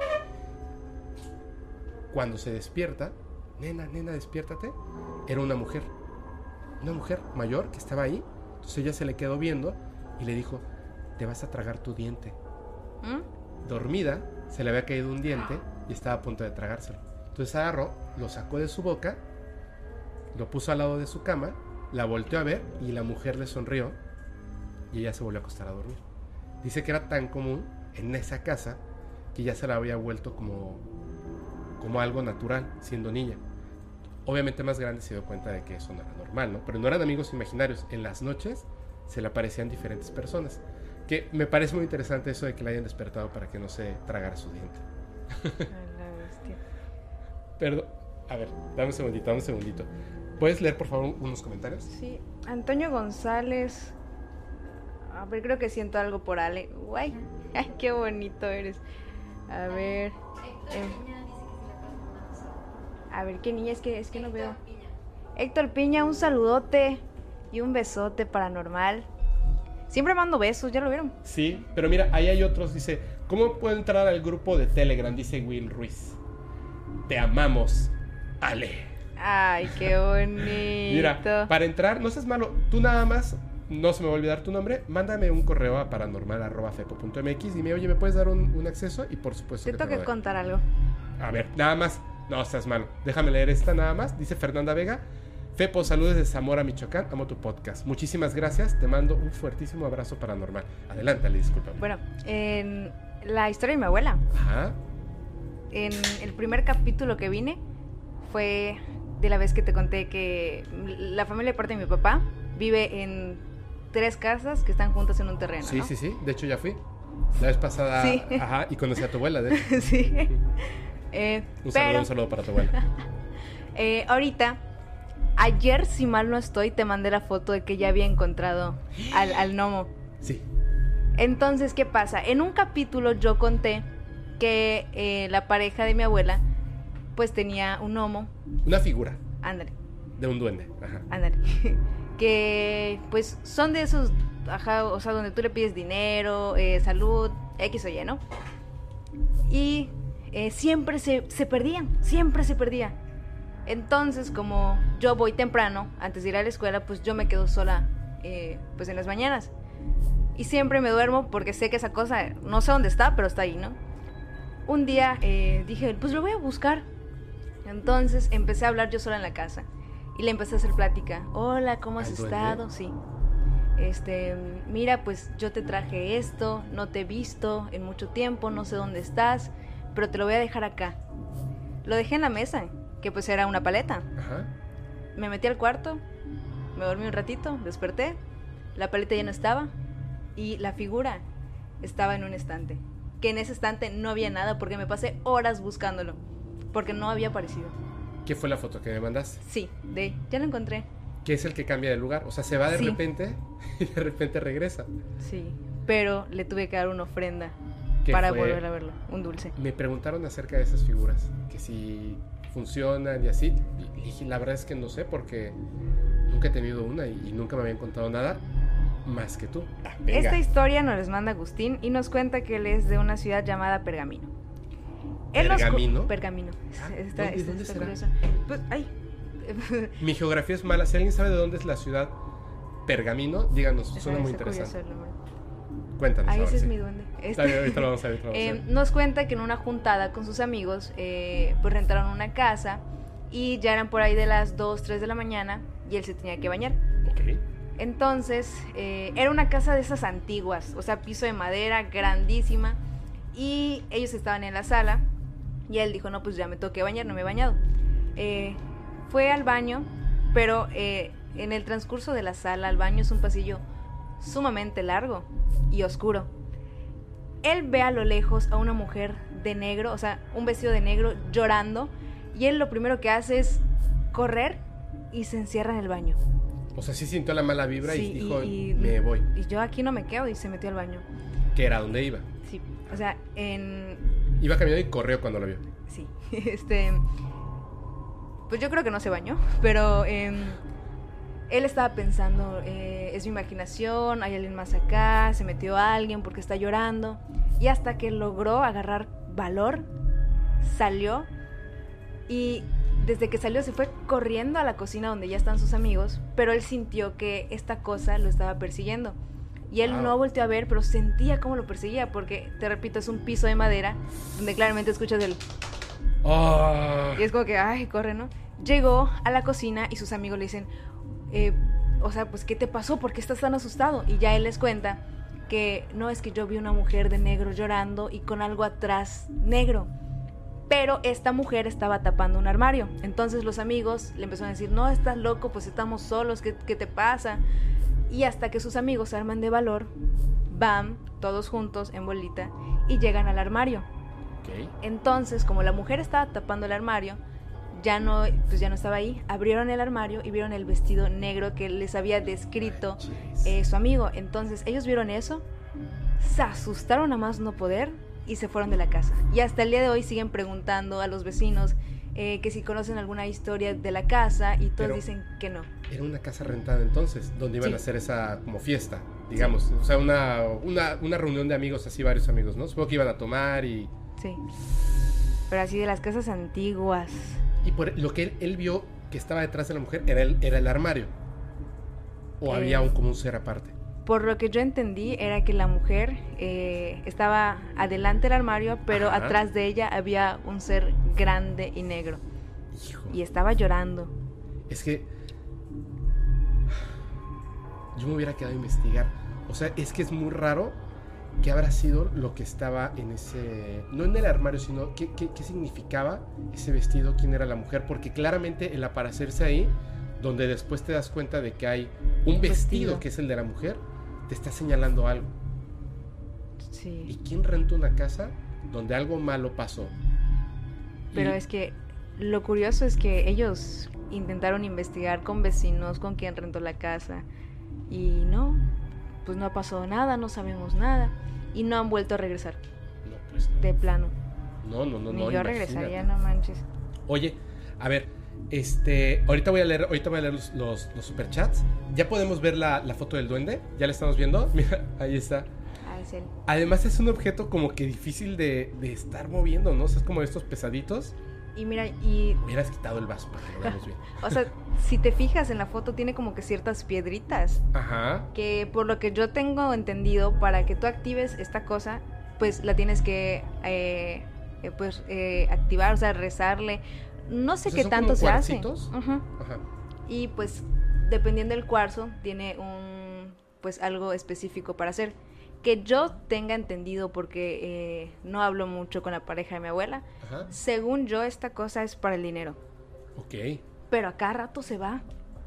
Cuando se despierta, nena, nena, despiértate, era una mujer, una mujer mayor que estaba ahí. Entonces ella se le quedó viendo y le dijo, te vas a tragar tu diente. ¿Mm? Dormida, se le había caído un diente y estaba a punto de tragárselo. Entonces agarró, lo sacó de su boca, lo puso al lado de su cama, la volteó a ver y la mujer le sonrió y ella se volvió a acostar a dormir. Dice que era tan común en esa casa que ya se la había vuelto como, como algo natural siendo niña. Obviamente más grande se dio cuenta de que eso no era normal, ¿no? Pero no eran amigos imaginarios. En las noches se le aparecían diferentes personas. Que me parece muy interesante eso de que la hayan despertado para que no se tragara su diente. Ay, la bestia. Perdón. A ver, dame un segundito, dame un segundito. ¿Puedes leer, por favor, unos comentarios? Sí, Antonio González. A ver, creo que siento algo por Ale. Guay, ay, qué bonito eres. A ver. eh, A ver, qué niña, es que, es que no veo. Héctor Piña, un saludote y un besote paranormal. Siempre mando besos, ¿ya lo vieron? Sí, pero mira, ahí hay otros. Dice, ¿cómo puedo entrar al grupo de Telegram? Dice Will Ruiz. Te amamos, Ale. Ay, qué bonito. Mira, para entrar, no seas malo. Tú nada más, no se me va a olvidar tu nombre. Mándame un correo a paranormal arroba fepo punto mx y dime, oye, ¿me puedes dar un, un acceso? Y por supuesto Te que tengo te que lo doy. contar algo. A ver, nada más. No seas malo. Déjame leer esta nada más. Dice Fernanda Vega. Fepo, saludos de Zamora, Michoacán. Amo tu podcast. Muchísimas gracias. Te mando un fuertísimo abrazo paranormal. Adelántale, disculpa. Bueno, en la historia de mi abuela, Ajá. en el primer capítulo que vine, fue de la vez que te conté que la familia de parte de mi papá vive en tres casas que están juntas en un terreno, Sí, ¿no? sí, sí. De hecho, ya fui. La vez pasada. Sí. Ajá. Y conocí a tu abuela, de hecho. Sí. Eh, Un pero, saludo, un saludo para tu abuela. eh, ahorita, ayer, si mal no estoy, te mandé la foto de que ya había encontrado al, al gnomo. Sí. Entonces, ¿qué pasa? En un capítulo yo conté que eh, la pareja de mi abuela, pues tenía un gnomo. Una figura Ándale, de un duende. Ajá. ándale. Que, pues, son de esos, ajá, o sea, donde tú le pides dinero, eh, salud, X o Y, ¿no? Y eh, siempre se, se perdían, siempre se perdía. Entonces, como yo voy temprano, antes de ir a la escuela, pues yo me quedo sola, eh, pues en las mañanas. Y siempre me duermo porque sé que esa cosa, no sé dónde está, pero está ahí, ¿no? Un día eh, dije, pues lo voy a buscar. Entonces empecé a hablar yo sola en la casa. Y le empecé a hacer plática. Hola, ¿cómo has ¿Al duende? estado? Sí. Este, mira, pues yo te traje esto, no te he visto en mucho tiempo, no sé dónde estás, pero te lo voy a dejar acá. Lo dejé en la mesa, que pues era una paleta. Ajá. Me metí al cuarto, me dormí un ratito, desperté, la paleta ya no estaba y la figura estaba en un estante. Que en ese estante no había nada porque me pasé horas buscándolo, porque no había aparecido. ¿Qué fue la foto que me mandaste? Sí, de, ya lo encontré. ¿Qué es el que cambia de lugar? O sea, se va de Sí. repente y de repente regresa. Sí, pero le tuve que dar una ofrenda ¿Qué para fue? volver a verlo, un dulce. Me preguntaron acerca de esas figuras, que si funcionan y así. Y dije, la verdad es que no sé porque nunca he tenido una y, y nunca me habían contado nada más que tú. Ah, venga. Esta historia nos les manda Agustín y nos cuenta que él es de una ciudad llamada Pergamino. Él nos cu- ¿Pergamino? Pergamino. Ah, Está, ¿dónde- está- dónde está será? curioso. Pues, ay. Mi geografía es mala. Si alguien sabe de dónde es la ciudad Pergamino, díganos, suena muy Está curioso interesante. el nombre. Cuéntanos. Ahí ahora ese es sí. mi duende. Está Este- bien, ahorita lo vamos a ver. ahorita lo vamos a Eh, ver. nos cuenta que en una juntada con sus amigos, eh, pues rentaron una casa y ya eran por ahí de las dos, tres de la mañana y él se tenía que bañar. Ok. Entonces, eh, era una casa de esas antiguas, o sea, piso de madera, grandísima, y ellos estaban en la sala, y él dijo, no, pues ya me tengo que bañar, no me he bañado. Eh, fue al baño, pero eh, en el transcurso de la sala al baño es un pasillo sumamente largo y oscuro. Él ve a lo lejos a una mujer de negro, o sea, un vestido de negro, llorando, y él lo primero que hace es correr y se encierra en el baño. O sea, sí sintió la mala vibra Sí, y dijo, y, y, me voy. Y yo aquí no me quedo, y se metió al baño. Que era donde iba. Sí, o sea, en... Iba caminando y corrió cuando lo vio. Sí, este... Pues yo creo que no se bañó, pero... Eh, él estaba pensando, eh, es mi imaginación, hay alguien más acá, se metió alguien porque está llorando. Y hasta que logró agarrar valor, salió, y desde que salió se fue corriendo a la cocina donde ya están sus amigos, pero él sintió que esta cosa lo estaba persiguiendo. Y él wow. no volteó a ver, pero sentía cómo lo perseguía, porque, te repito, es un piso de madera, donde claramente escuchas el... Oh. Y es como que, ay, corre, ¿no? Llegó a la cocina y sus amigos le dicen... Eh, o sea, pues, ¿qué te pasó? ¿Por qué estás tan asustado? Y ya él les cuenta que no, es que yo vi una mujer de negro llorando y con algo atrás negro, pero esta mujer estaba tapando un armario. Entonces los amigos le empezaron a decir, no, estás loco, pues estamos solos, ¿qué, qué te pasa? Y hasta que sus amigos se arman de valor, van todos juntos en bolita y llegan al armario. Okay. Entonces, como la mujer estaba tapando el armario, ya no, pues ya no estaba ahí. Abrieron el armario y vieron el vestido negro que les había descrito eh, su amigo. Entonces ellos vieron eso, se asustaron a más no poder y se fueron de la casa. Y hasta el día de hoy siguen preguntando a los vecinos eh, que si conocen alguna historia de la casa, y todos Pero dicen que no. Era una casa rentada entonces, donde iban sí. a hacer esa como fiesta, digamos. Sí. O sea, una, una, una reunión de amigos, así varios amigos, ¿no? Supongo que iban a tomar y... Sí, pero así de las casas antiguas. Y por lo que él, él vio que estaba detrás de la mujer era el, era el armario. ¿O eh, había un, como un ser aparte? Por lo que yo entendí era que la mujer eh, estaba adelante del armario, pero Ajá. atrás de ella había un ser grande y negro. Hijo. Y estaba llorando. Es que yo me hubiera quedado a investigar. O sea, es que es muy raro. ¿Qué habrá sido lo que estaba en ese... No en el armario, sino ¿qué, qué, qué significaba ese vestido? ¿Quién era la mujer? Porque claramente el aparecerse ahí, donde después te das cuenta de que hay un, un vestido, vestido que es el de la mujer, te está señalando algo. Sí. ¿Y quién rentó una casa donde algo malo pasó? Pero y... es que lo curioso es que ellos intentaron investigar con vecinos, con quién rentó la casa, y no, pues no ha pasado nada, no sabemos nada. Y no han vuelto a regresar. No, pues no. De plano. No, no, no, Ni no. yo imagínate. Regresaría, no manches. Oye, a ver, este, ahorita voy a leer, ahorita voy a leer los, los, los superchats. Ya podemos ver la, la foto del duende. ¿Ya la estamos viendo? Mira, ahí está. Ah, es él. Además es un objeto como que difícil de, de estar moviendo, ¿no? O sea, es como estos pesaditos. Y mira, y... Hubieras quitado el vaso para que lo veamos bien. O sea, si te fijas en la foto, tiene como que ciertas piedritas. Ajá. Que por lo que yo tengo entendido, para que tú actives esta cosa, pues la tienes que eh, eh, pues eh, activar, o sea, rezarle. No sé, o sea, qué tanto se hace. Uh-huh. Ajá. Y pues, dependiendo del cuarzo, tiene un, pues algo específico para hacer. Que yo tenga entendido, porque eh, no hablo mucho con la pareja de mi abuela. Ajá. Según yo, esta cosa es para el dinero. Ok. Pero a cada rato se va.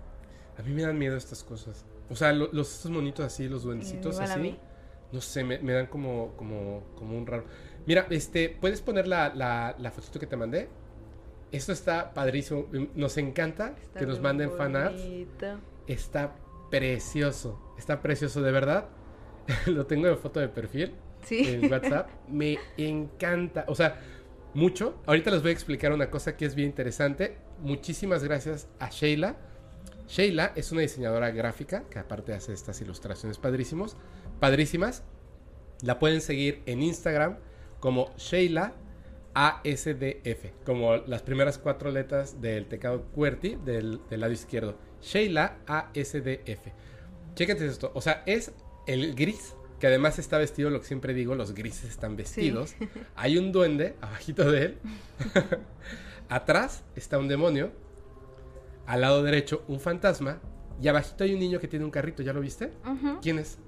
A mí me dan miedo estas cosas. O sea, lo, los estos monitos así, los duendecitos Igual así. A mí. No sé, me, me dan como, como, como un raro. Mira, este, ¿puedes poner la, la, la fotito que te mandé? Esto está padrísimo. Nos encanta está que nos manden fanarts. Está precioso. Está precioso, de verdad. Lo tengo en foto de perfil. Sí. En WhatsApp. Me encanta. O sea, mucho. Ahorita les voy a explicar una cosa que es bien interesante. Muchísimas gracias a Sheila. Sheila es una diseñadora gráfica que aparte hace estas ilustraciones padrísimos, padrísimas. La pueden seguir en Instagram como Sheila A S D F, como las primeras cuatro letras del teclado QWERTY del, del lado izquierdo. Sheila A S D F. Chéquense esto. O sea, es el gris, que además está vestido, lo que siempre digo, los grises están vestidos. Sí. Hay un duende abajito de él. Atrás está un demonio. Al lado derecho un fantasma. Y abajito hay un niño que tiene un carrito, ¿ya lo viste? Ujú. ¿Quién es?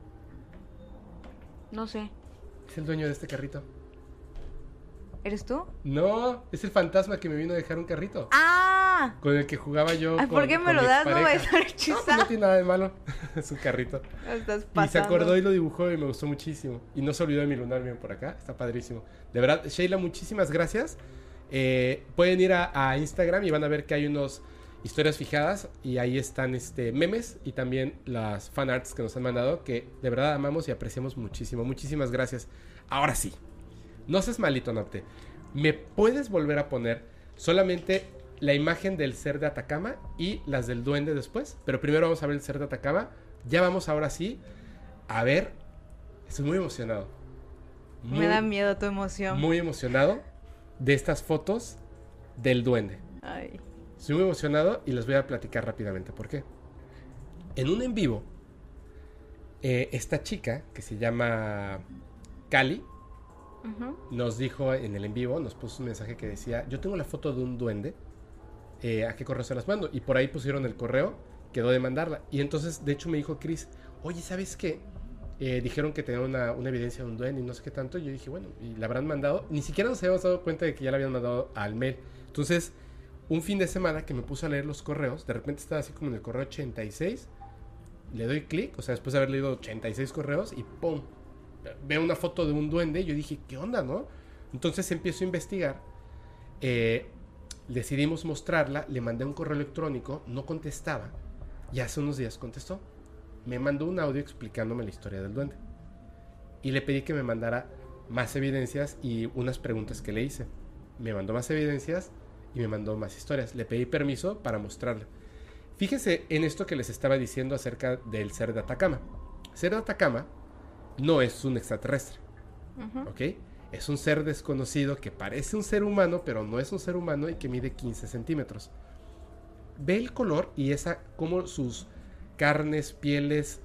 No sé. Es el dueño de este carrito. ¿Eres tú? No, es el fantasma que me vino a dejar un carrito. ¡Ah! Con el que jugaba yo. Ay, con, ¿por qué me con lo mi das? No expareja. me vas a No, pues rechazar. no tiene nada de malo. Es un carrito. Estás Y pasando. se acordó y lo dibujó y me gustó muchísimo. Y no se olvidó de mi lunar, miren por acá. Está padrísimo. De verdad, Sheila, muchísimas gracias. Eh, pueden ir a, a Instagram y van a ver que hay unos historias fijadas. Y ahí están este memes y también las fanarts que nos han mandado. Que de verdad amamos y apreciamos muchísimo. Muchísimas gracias. Ahora sí. No seas malito, Nopte. ¿Me puedes volver a poner solamente la imagen del ser de Atacama y las del duende después? Pero primero vamos a ver el ser de Atacama. Ya vamos ahora sí a ver. Estoy muy emocionado. Muy, Me da miedo tu emoción. muy emocionado de estas fotos del duende. Ay. Estoy muy emocionado y les voy a platicar rápidamente por qué. En un en vivo, eh, esta chica que se llama Cali Ujú. nos dijo en el en vivo, nos puso un mensaje que decía: yo tengo la foto de un duende, eh, ¿a qué correo se las mando? Y por ahí pusieron el correo, quedó de mandarla. Y entonces, de hecho, me dijo Chris: oye, ¿sabes qué? Eh, dijeron que tenían una, una evidencia de un duende y no sé qué tanto. Y yo dije, bueno, y la habrán mandado. Ni siquiera nos habíamos dado cuenta de que ya la habían mandado al mail. Entonces, un fin de semana que me puse a leer los correos, de repente estaba así como en el correo ochenta y seis, le doy clic, o sea, después de haber leído ochenta y seis correos, y ¡pum! Veo una foto de un duende y yo dije, ¿qué onda, no? Entonces empiezo a investigar, eh, decidimos mostrarla, le mandé un correo electrónico, no contestaba, y hace unos días contestó. Me mandó un audio explicándome la historia del duende. Y le pedí que me mandara más evidencias y unas preguntas que le hice. Me mandó más evidencias y me mandó más historias. Le pedí permiso para mostrarle. Fíjense en esto que les estaba diciendo acerca del ser de Atacama. Ser de Atacama no es un extraterrestre, Ujú. ¿ok? Es un ser desconocido que parece un ser humano, pero no es un ser humano y que mide quince centímetros. Ve el color y esa, como sus carnes, pieles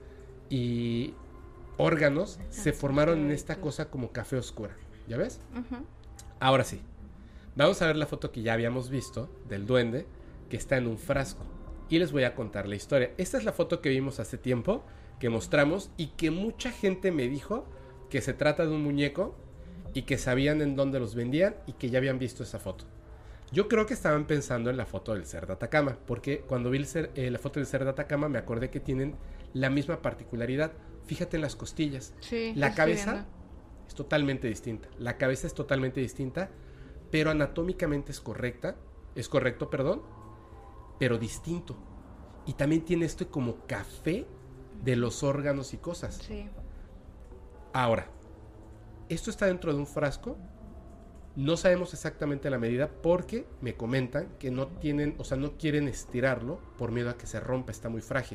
y órganos se formaron en esta cosa como café oscura. ¿Ya ves? Ujú. Ahora sí, vamos a ver la foto que ya habíamos visto del duende que está en un frasco. Y les voy a contar la historia. Esta es la foto que vimos hace tiempo, que mostramos y que mucha gente me dijo que se trata de un muñeco y que sabían en dónde los vendían y que ya habían visto esa foto. Yo creo que estaban pensando en la foto del ser de Atacama, porque cuando vi el ser, eh, la foto del ser de Atacama me acordé que tienen la misma particularidad. Fíjate en las costillas. Sí, La lo estoy cabeza viendo. es totalmente distinta. La cabeza es totalmente distinta, pero anatómicamente es correcta. Es correcto, perdón, pero distinto. Y también tiene esto como café de los órganos y cosas. Sí. Ahora, esto está dentro de un frasco. No sabemos exactamente la medida porque me comentan que no tienen, o sea, no quieren estirarlo por miedo a que se rompa, está muy frágil.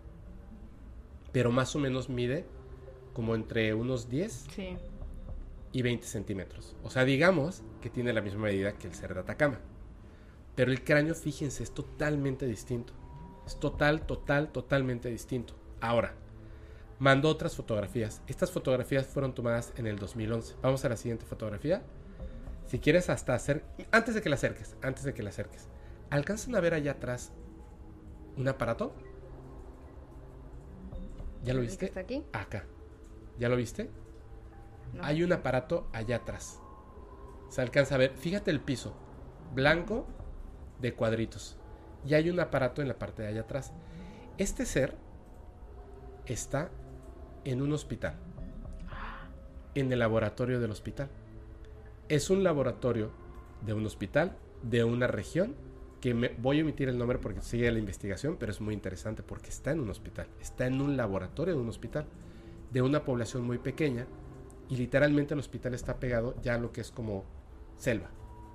Pero más o menos mide como entre unos diez Sí. y veinte centímetros. O sea, digamos que tiene la misma medida que el ser de Atacama. Pero el cráneo, fíjense, es totalmente distinto. Es total, total, totalmente distinto. Ahora, mandó otras fotografías. Estas fotografías fueron tomadas en el dos mil once. Vamos a la siguiente fotografía. Si quieres hasta hacer... Antes de que la acerques, antes de que la acerques. ¿Alcanzan a ver allá atrás un aparato? ¿Ya lo ¿El que viste? está aquí? Acá. ¿Ya lo viste? No. Hay un aparato allá atrás. Se alcanza a ver. Fíjate el piso. Blanco de cuadritos. Y hay un aparato en la parte de allá atrás. Este ser está en un hospital. En el laboratorio del hospital. Es un laboratorio de un hospital, de una región, que me, voy a omitir el nombre porque sigue la investigación, pero es muy interesante porque está en un hospital. Está en un laboratorio de un hospital, de una población muy pequeña, y literalmente el hospital está pegado ya a lo que es como selva.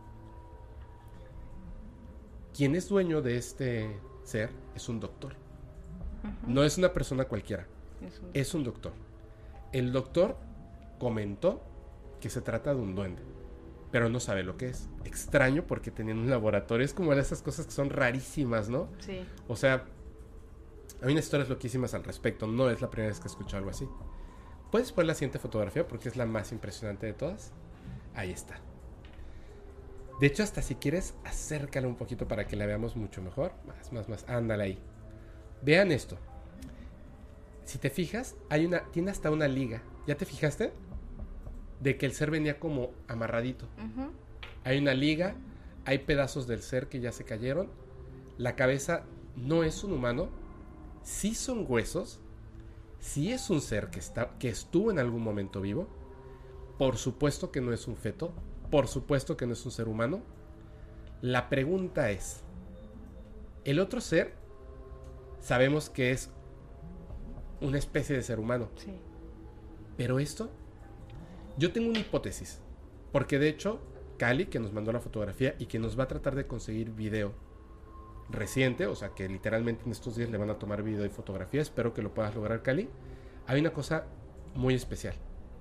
Quien es dueño de este ser es un doctor. Ujú. No es una persona cualquiera, Es un- es un doctor. El doctor comentó que se trata de un duende, pero no sabe lo que es. Extraño porque tenían un laboratorio. Es como de esas cosas que son rarísimas, ¿no? Sí. O sea, hay unas historias loquísimas al respecto. No es la primera vez que escucho algo así. ¿Puedes poner la siguiente fotografía? Porque es la más impresionante de todas. Ahí está. De hecho, hasta si quieres, acércala un poquito para que la veamos mucho mejor. Más, más, más. Ándale ahí. Vean esto. Si te fijas, hay una, tiene hasta una liga. ¿Ya te fijaste? De que el ser venía como amarradito. Ujú. Hay una liga, hay pedazos del ser que ya se cayeron. La cabeza no es un humano. Sí son huesos. Sí es un ser que, está, que estuvo en algún momento vivo. Por supuesto que no es un feto. Por supuesto que no es un ser humano. La pregunta es, el otro ser sabemos que es una especie de ser humano. Sí. Pero esto, yo tengo una hipótesis. Porque de hecho, Cali, que nos mandó la fotografía y que nos va a tratar de conseguir video reciente, o sea que literalmente en estos días le van a tomar video y fotografía, espero que lo puedas lograr, Cali. Hay una cosa muy especial.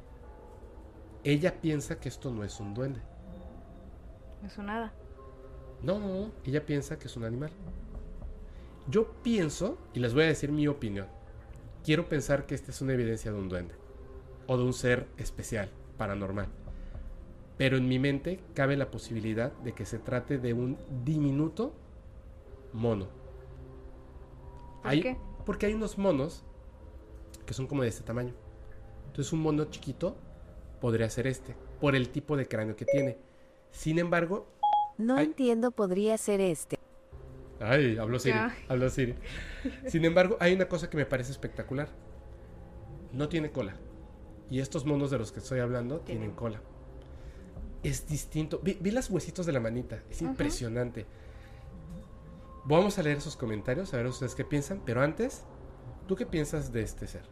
Ella piensa que esto no es un duende. No es un nada. No, no, no, ella piensa que es un animal. Yo pienso, y les voy a decir mi opinión, quiero pensar que esta es una evidencia de un duende o de un ser especial, paranormal. Pero en mi mente cabe la posibilidad de que se trate de un diminuto mono. ¿Por Hay- qué? Porque hay unos monos que son como de este tamaño. Entonces un mono chiquito podría ser este, por el tipo de cráneo que tiene. Sin embargo... No Ay. entiendo, podría ser este. Ay, habló Siri, Ay. habló Siri. Sin embargo, hay una cosa que me parece espectacular. No tiene cola. Y estos monos de los que estoy hablando tienen, Tienen. cola. Es distinto. Vi, vi los huesitos de la manita. Es Ujú. impresionante. Vamos a leer esos comentarios, a ver ustedes qué piensan. Pero antes, ¿tú qué piensas de este ser?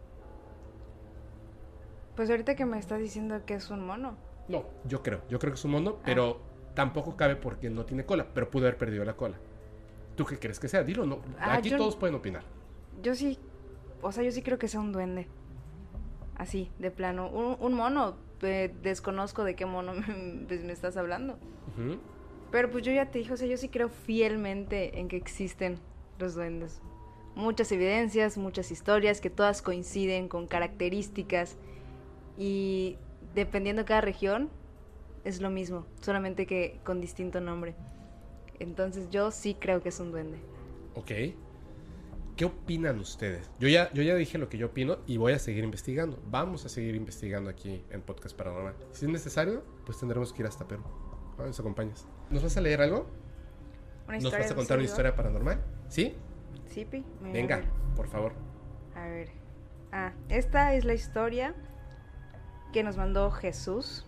Pues ahorita que me estás diciendo que es un mono. No, yo creo. Yo creo que es un mono, pero tampoco cabe porque no tiene cola. Pero pudo haber perdido la cola. ¿Tú qué crees que sea? Dilo, no. Ah, Aquí yo- todos pueden opinar. Yo sí, o sea, yo sí creo que sea un duende. Así, de plano. Un, un mono. eh, desconozco de qué mono me, pues, me estás hablando. Ujú. Pero pues yo ya te dije, o sea, yo sí creo fielmente en que existen los duendes. Muchas evidencias, muchas historias que todas coinciden con características y dependiendo de cada región es lo mismo, solamente que con distinto nombre. Entonces yo sí creo que es un duende. Ok. ¿Qué opinan ustedes? Yo ya, yo ya dije lo que yo opino y voy a seguir investigando. Vamos a seguir investigando aquí en Podcast Paranormal. Si es necesario, pues tendremos que ir hasta Perú. Ah, ¿nos acompañas? ¿Nos vas a leer algo? Una ¿Nos historia vas de a un contar una servidor. historia paranormal? ¿Sí? Sí, Pi. Mira, Venga, a ver. por favor. A ver. Ah, esta es la historia que nos mandó Jesús.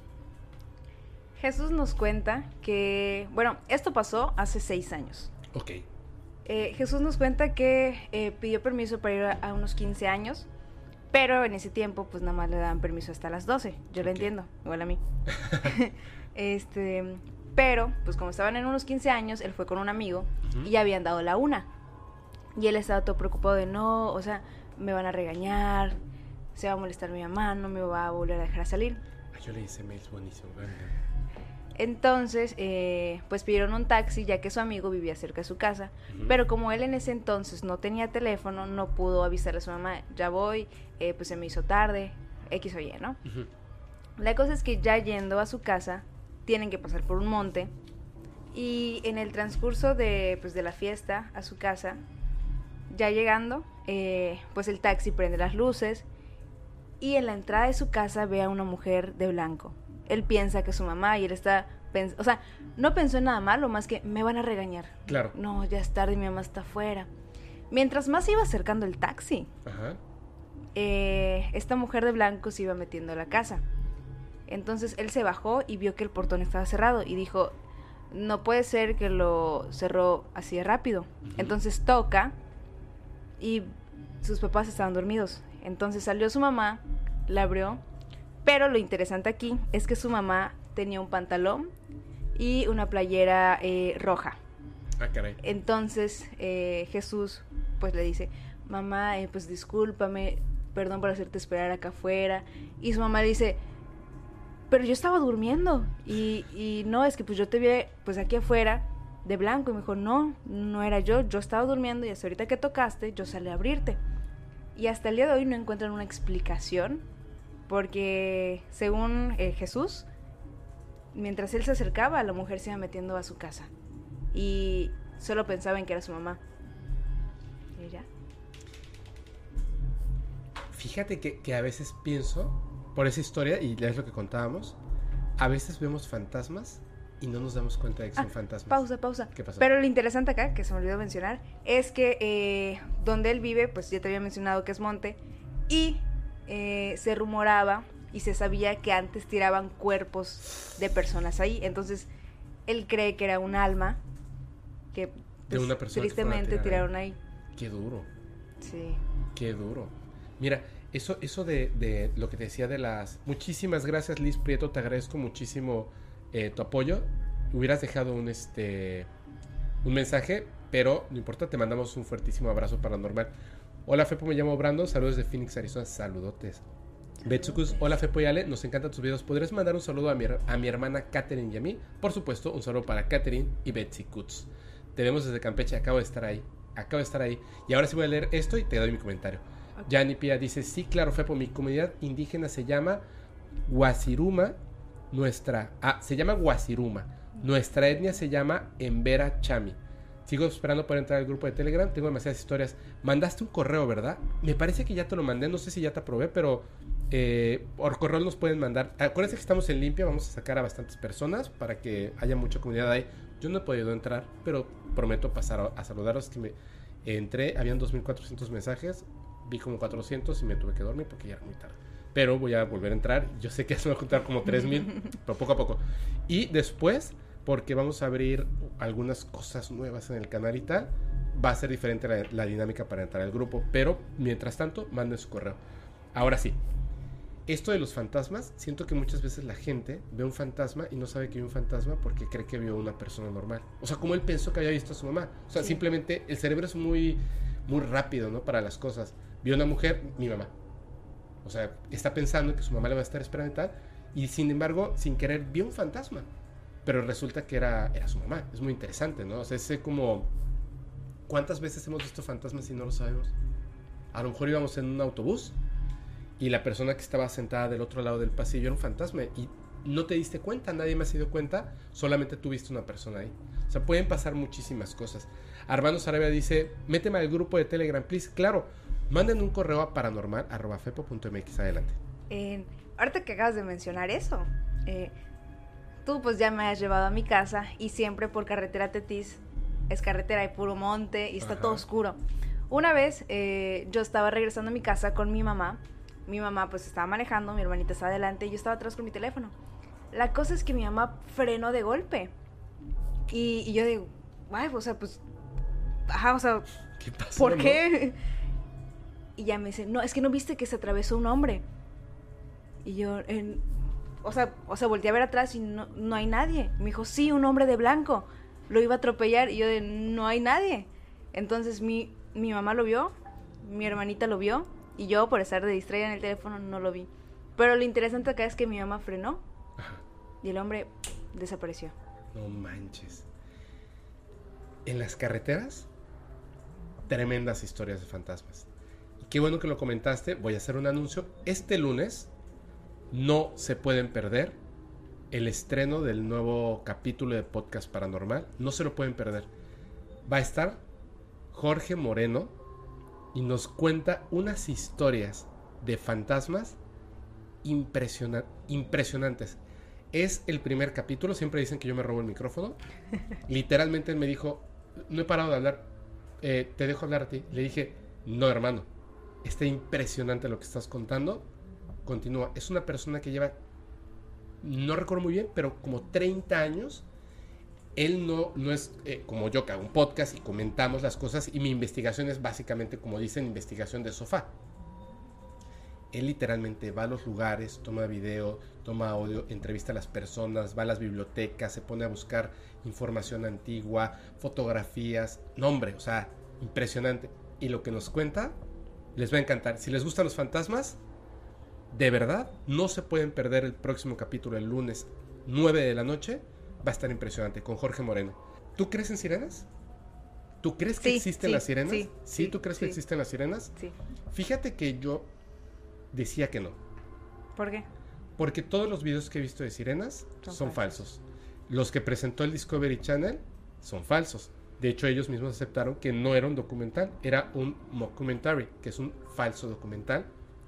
Jesús nos cuenta que, bueno, esto pasó hace seis años. Ok. Eh, Jesús nos cuenta que eh, pidió permiso para ir a, a unos quince años, pero en ese tiempo pues nada más le daban permiso hasta las doce. Yo lo Ok. entiendo, igual a mí. este, pero pues como estaban en unos quince años, él fue con un amigo Ujú. y ya habían dado la una. Y él estaba todo preocupado de no, o sea, me van a regañar, se va a molestar mi mamá, no me va a volver a dejar salir. Ah, yo le hice mails buenísimo. venga. Entonces, eh, pues pidieron un taxi ya que su amigo vivía cerca de su casa. Ujú. Pero como él en ese entonces no tenía teléfono, no pudo avisarle a su mamá, ya voy, eh, pues se me hizo tarde, X o Y, ¿no? Ujú. La cosa es que ya yendo a su casa, tienen que pasar por un monte. Y en el transcurso de, pues, de la fiesta a su casa, ya llegando, eh, pues el taxi prende las luces. Y en la entrada de su casa ve a una mujer de blanco. Él piensa que es su mamá y él está... pens- O sea, no pensó en nada malo, más que me van a regañar. Claro. No, ya es tarde, mi mamá está afuera. Mientras más se iba acercando el taxi, Ajá. eh, esta mujer de blanco se iba metiendo a la casa. Entonces él se bajó y vio que el portón estaba cerrado y dijo, no puede ser que lo cerró así de rápido. Ujú. Entonces toca y sus papás estaban dormidos. Entonces salió su mamá, la abrió, pero lo interesante aquí es que su mamá tenía un pantalón y una playera eh, roja. Ah, caray. Entonces eh, Jesús pues le dice, mamá, eh, pues discúlpame, perdón por hacerte esperar acá afuera. Y su mamá le dice, pero yo estaba durmiendo y, y no, es que pues yo te vi pues aquí afuera de blanco. Y me dijo, no, no era yo, yo estaba durmiendo y hasta ahorita que tocaste yo salí a abrirte. Y hasta el día de hoy no encuentran una explicación porque según eh, Jesús, mientras él se acercaba, la mujer se iba metiendo a su casa y solo pensaba en que era su mamá. ¿Y ya? Fíjate que, que a veces pienso, por esa historia, y es lo que contábamos, a veces vemos fantasmas y no nos damos cuenta de que son Ah, fantasmas. Pausa, pausa. ¿Qué pasó? Pero lo interesante acá, que se me olvidó mencionar, es que eh, donde él vive, pues ya te había mencionado que es monte, y eh, se rumoraba y se sabía que antes tiraban cuerpos de personas ahí. Entonces, él cree que era un alma que pues, de una persona que fueron a tristemente tirar tiraron ahí. Qué duro. Sí. Qué duro. Mira, eso, eso de, de lo que te decía de las... Muchísimas gracias, Liz Prieto, te agradezco muchísimo eh, tu apoyo. Hubieras dejado un, este, un mensaje, pero no importa, te mandamos un fuertísimo abrazo paranormal. Hola, Fepo, me llamo Brando, saludos de Phoenix, Arizona, saludotes. Betsukus, hola Fepo y Ale, nos encantan tus videos. ¿Podrías mandar un saludo a mi, a mi hermana Katherine y a mí? Por supuesto, un saludo para Katherine y Betsy Kutz. Te vemos desde Campeche, acabo de estar ahí. Acabo de estar ahí. Y ahora sí voy a leer esto y te doy mi comentario. Okay. Yanni Pia dice, sí, claro, Fepo, mi comunidad indígena se llama Guasiruma. Nuestra... Ah, se llama Guasiruma. Nuestra etnia se llama Embera Chami. Sigo esperando para entrar al grupo de Telegram. Tengo demasiadas historias. Mandaste un correo, ¿verdad? Me parece que ya te lo mandé. No sé si ya te aprobé, pero eh, por correo nos pueden mandar. Acuérdense que estamos en limpia. Vamos a sacar a bastantes personas para que haya mucha comunidad ahí. Yo no he podido entrar, pero prometo pasar a, a saludaros. Que me entré, habían dos mil cuatrocientos mensajes. Vi como cuatrocientos y me tuve que dormir porque ya era muy tarde. Pero voy a volver a entrar. Yo sé que se va a juntar como tres mil, pero poco a poco. Y después, porque vamos a abrir algunas cosas nuevas en el canal y tal, va a ser diferente la, la dinámica para entrar al grupo. Pero, mientras tanto, manden su correo. Ahora sí, esto de los fantasmas, siento que muchas veces la gente ve un fantasma y no sabe que hay un fantasma porque cree que vio una persona normal. O sea, como él pensó que había visto a su mamá. O sea, sí. Simplemente el cerebro es muy, muy rápido, ¿no? Para las cosas. Vio una mujer, mi mamá. O sea, está pensando que su mamá le va a estar esperando y tal. Y sin embargo, sin querer, vio un fantasma. Pero resulta que era, era su mamá. Es muy interesante, ¿no? O sea, es como... ¿Cuántas veces hemos visto fantasmas y no lo sabemos? A lo mejor íbamos en un autobús y la persona que estaba sentada del otro lado del pasillo era un fantasma y no te diste cuenta, nadie más se dio cuenta, solamente tú viste una persona ahí. O sea, pueden pasar muchísimas cosas. Armando Sarabia dice, méteme al grupo de Telegram, please. Claro, manden un correo a paranormal arroba fepo punto m x. Adelante. Eh, ahorita que acabas de mencionar eso, eh, tú pues ya me has llevado a mi casa y siempre por carretera Tetis, es carretera de puro monte y está Ajá. todo oscuro. Una vez eh, yo estaba regresando a mi casa con mi mamá. Mi mamá pues estaba manejando, mi hermanita estaba adelante y yo estaba atrás con mi teléfono. La cosa es que mi mamá frenó de golpe. Y, y yo digo, ay, o sea, pues... Ajá, o sea, ¿qué pasó, ¿por no? qué? Y ya me dice, no, es que no viste que se atravesó un hombre. Y yo, eh, o sea, o sea, volteé a ver atrás y no, no hay nadie. Me dijo, sí, un hombre de blanco. Lo iba a atropellar y yo de, no hay nadie. Entonces mi, mi mamá lo vio, mi hermanita lo vio. Y yo, por estar de distraída en el teléfono, no lo vi. Pero lo interesante acá es que mi mamá frenó. Ajá. Y el hombre desapareció. No manches. En las carreteras, tremendas historias de fantasmas. Y qué bueno que lo comentaste. Voy a hacer un anuncio. Este lunes no se pueden perder el estreno del nuevo capítulo de Podcast Paranormal. No se lo pueden perder. Va a estar Jorge Moreno y nos cuenta unas historias de fantasmas impresiona- impresionantes. Es el primer capítulo, siempre dicen que yo me robo el micrófono. Literalmente él me dijo, no he parado de hablar, eh, te dejo hablar a ti. Le dije, no hermano, está impresionante lo que estás contando. Continúa, es una persona que lleva, no recuerdo muy bien, pero como treinta años. Él no, no es eh, como yo, que hago un podcast y comentamos las cosas y mi investigación es básicamente, como dicen, investigación de sofá. Él literalmente va a los lugares, toma video, toma audio, entrevista a las personas, va a las bibliotecas, se pone a buscar información antigua, fotografías. No, hombre, o sea, impresionante. Y lo que nos cuenta les va a encantar. Si les gustan los fantasmas, de verdad, no se pueden perder el próximo capítulo el lunes nueve de la noche. Va a estar impresionante con Jorge Moreno. ¿Tú crees en sirenas? ¿Tú crees que sí, existen sí, las sirenas? Sí, ¿Sí? ¿Tú crees sí. que existen las sirenas? Sí. Fíjate que yo decía que no. ¿Por qué? Porque todos los videos que he visto de sirenas son, son falsos. falsos. Los que presentó el Discovery Channel son falsos. De hecho, ellos mismos aceptaron que no era un documental, era un mockumentary, que es un falso documental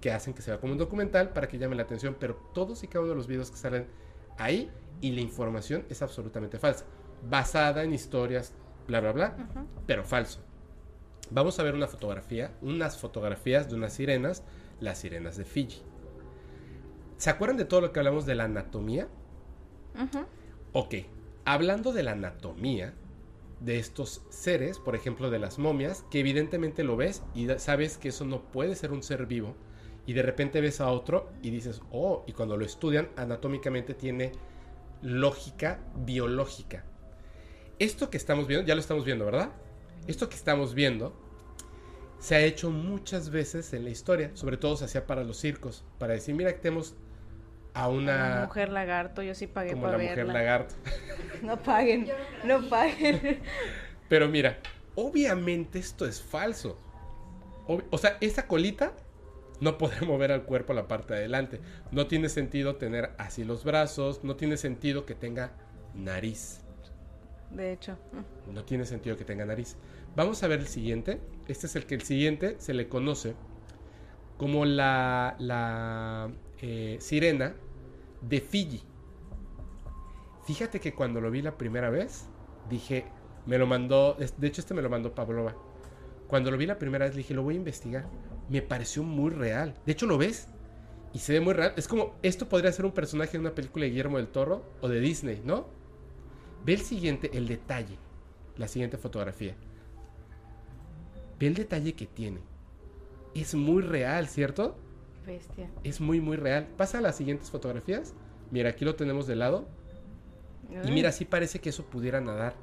que hacen que se vea como un documental para que llame la atención, pero todos y cada uno de los videos que salen ahí y la información es absolutamente falsa, basada en historias, bla, bla, bla, uh-huh. pero falso. Vamos a ver una fotografía, unas fotografías de unas sirenas, las sirenas de Fiji. ¿Se acuerdan de todo lo que hablamos de la anatomía? Uh-huh. Ok, hablando de la anatomía de estos seres, por ejemplo de las momias, que evidentemente lo ves y sabes que eso no puede ser un ser vivo, y de repente ves a otro y dices, oh, y cuando lo estudian anatómicamente tiene lógica biológica. Esto que estamos viendo, ya lo estamos viendo, ¿verdad? Esto que estamos viendo se ha hecho muchas veces en la historia, sobre todo se hacía para los circos, para decir, mira que tenemos a una... La mujer lagarto, yo sí pagué como para la verla. mujer lagarto. No paguen, no paguen. Pero mira, obviamente esto es falso. Ob- o sea, esa colita no podrá mover al cuerpo a la parte de adelante. No tiene sentido tener así los brazos, no tiene sentido que tenga nariz. De hecho. No tiene sentido que tenga nariz. Vamos a ver el siguiente. Este es el que el siguiente se le conoce como la, la eh, sirena de Fiji. Fíjate que cuando lo vi la primera vez, dije, me lo mandó, de hecho este me lo mandó Pavlova. Cuando lo vi la primera vez dije, lo voy a investigar. Me pareció muy real. De hecho lo ves y se ve muy real. Es como, esto podría ser un personaje de una película de Guillermo del Toro o de Disney, ¿no? Ve el siguiente, el detalle. La siguiente fotografía. Ve el detalle que tiene. Es muy real, ¿cierto? Bestia. Es muy, muy real. Pasa a las siguientes fotografías. Mira, aquí lo tenemos de lado. Ay. Y mira, sí parece que eso pudiera nadar.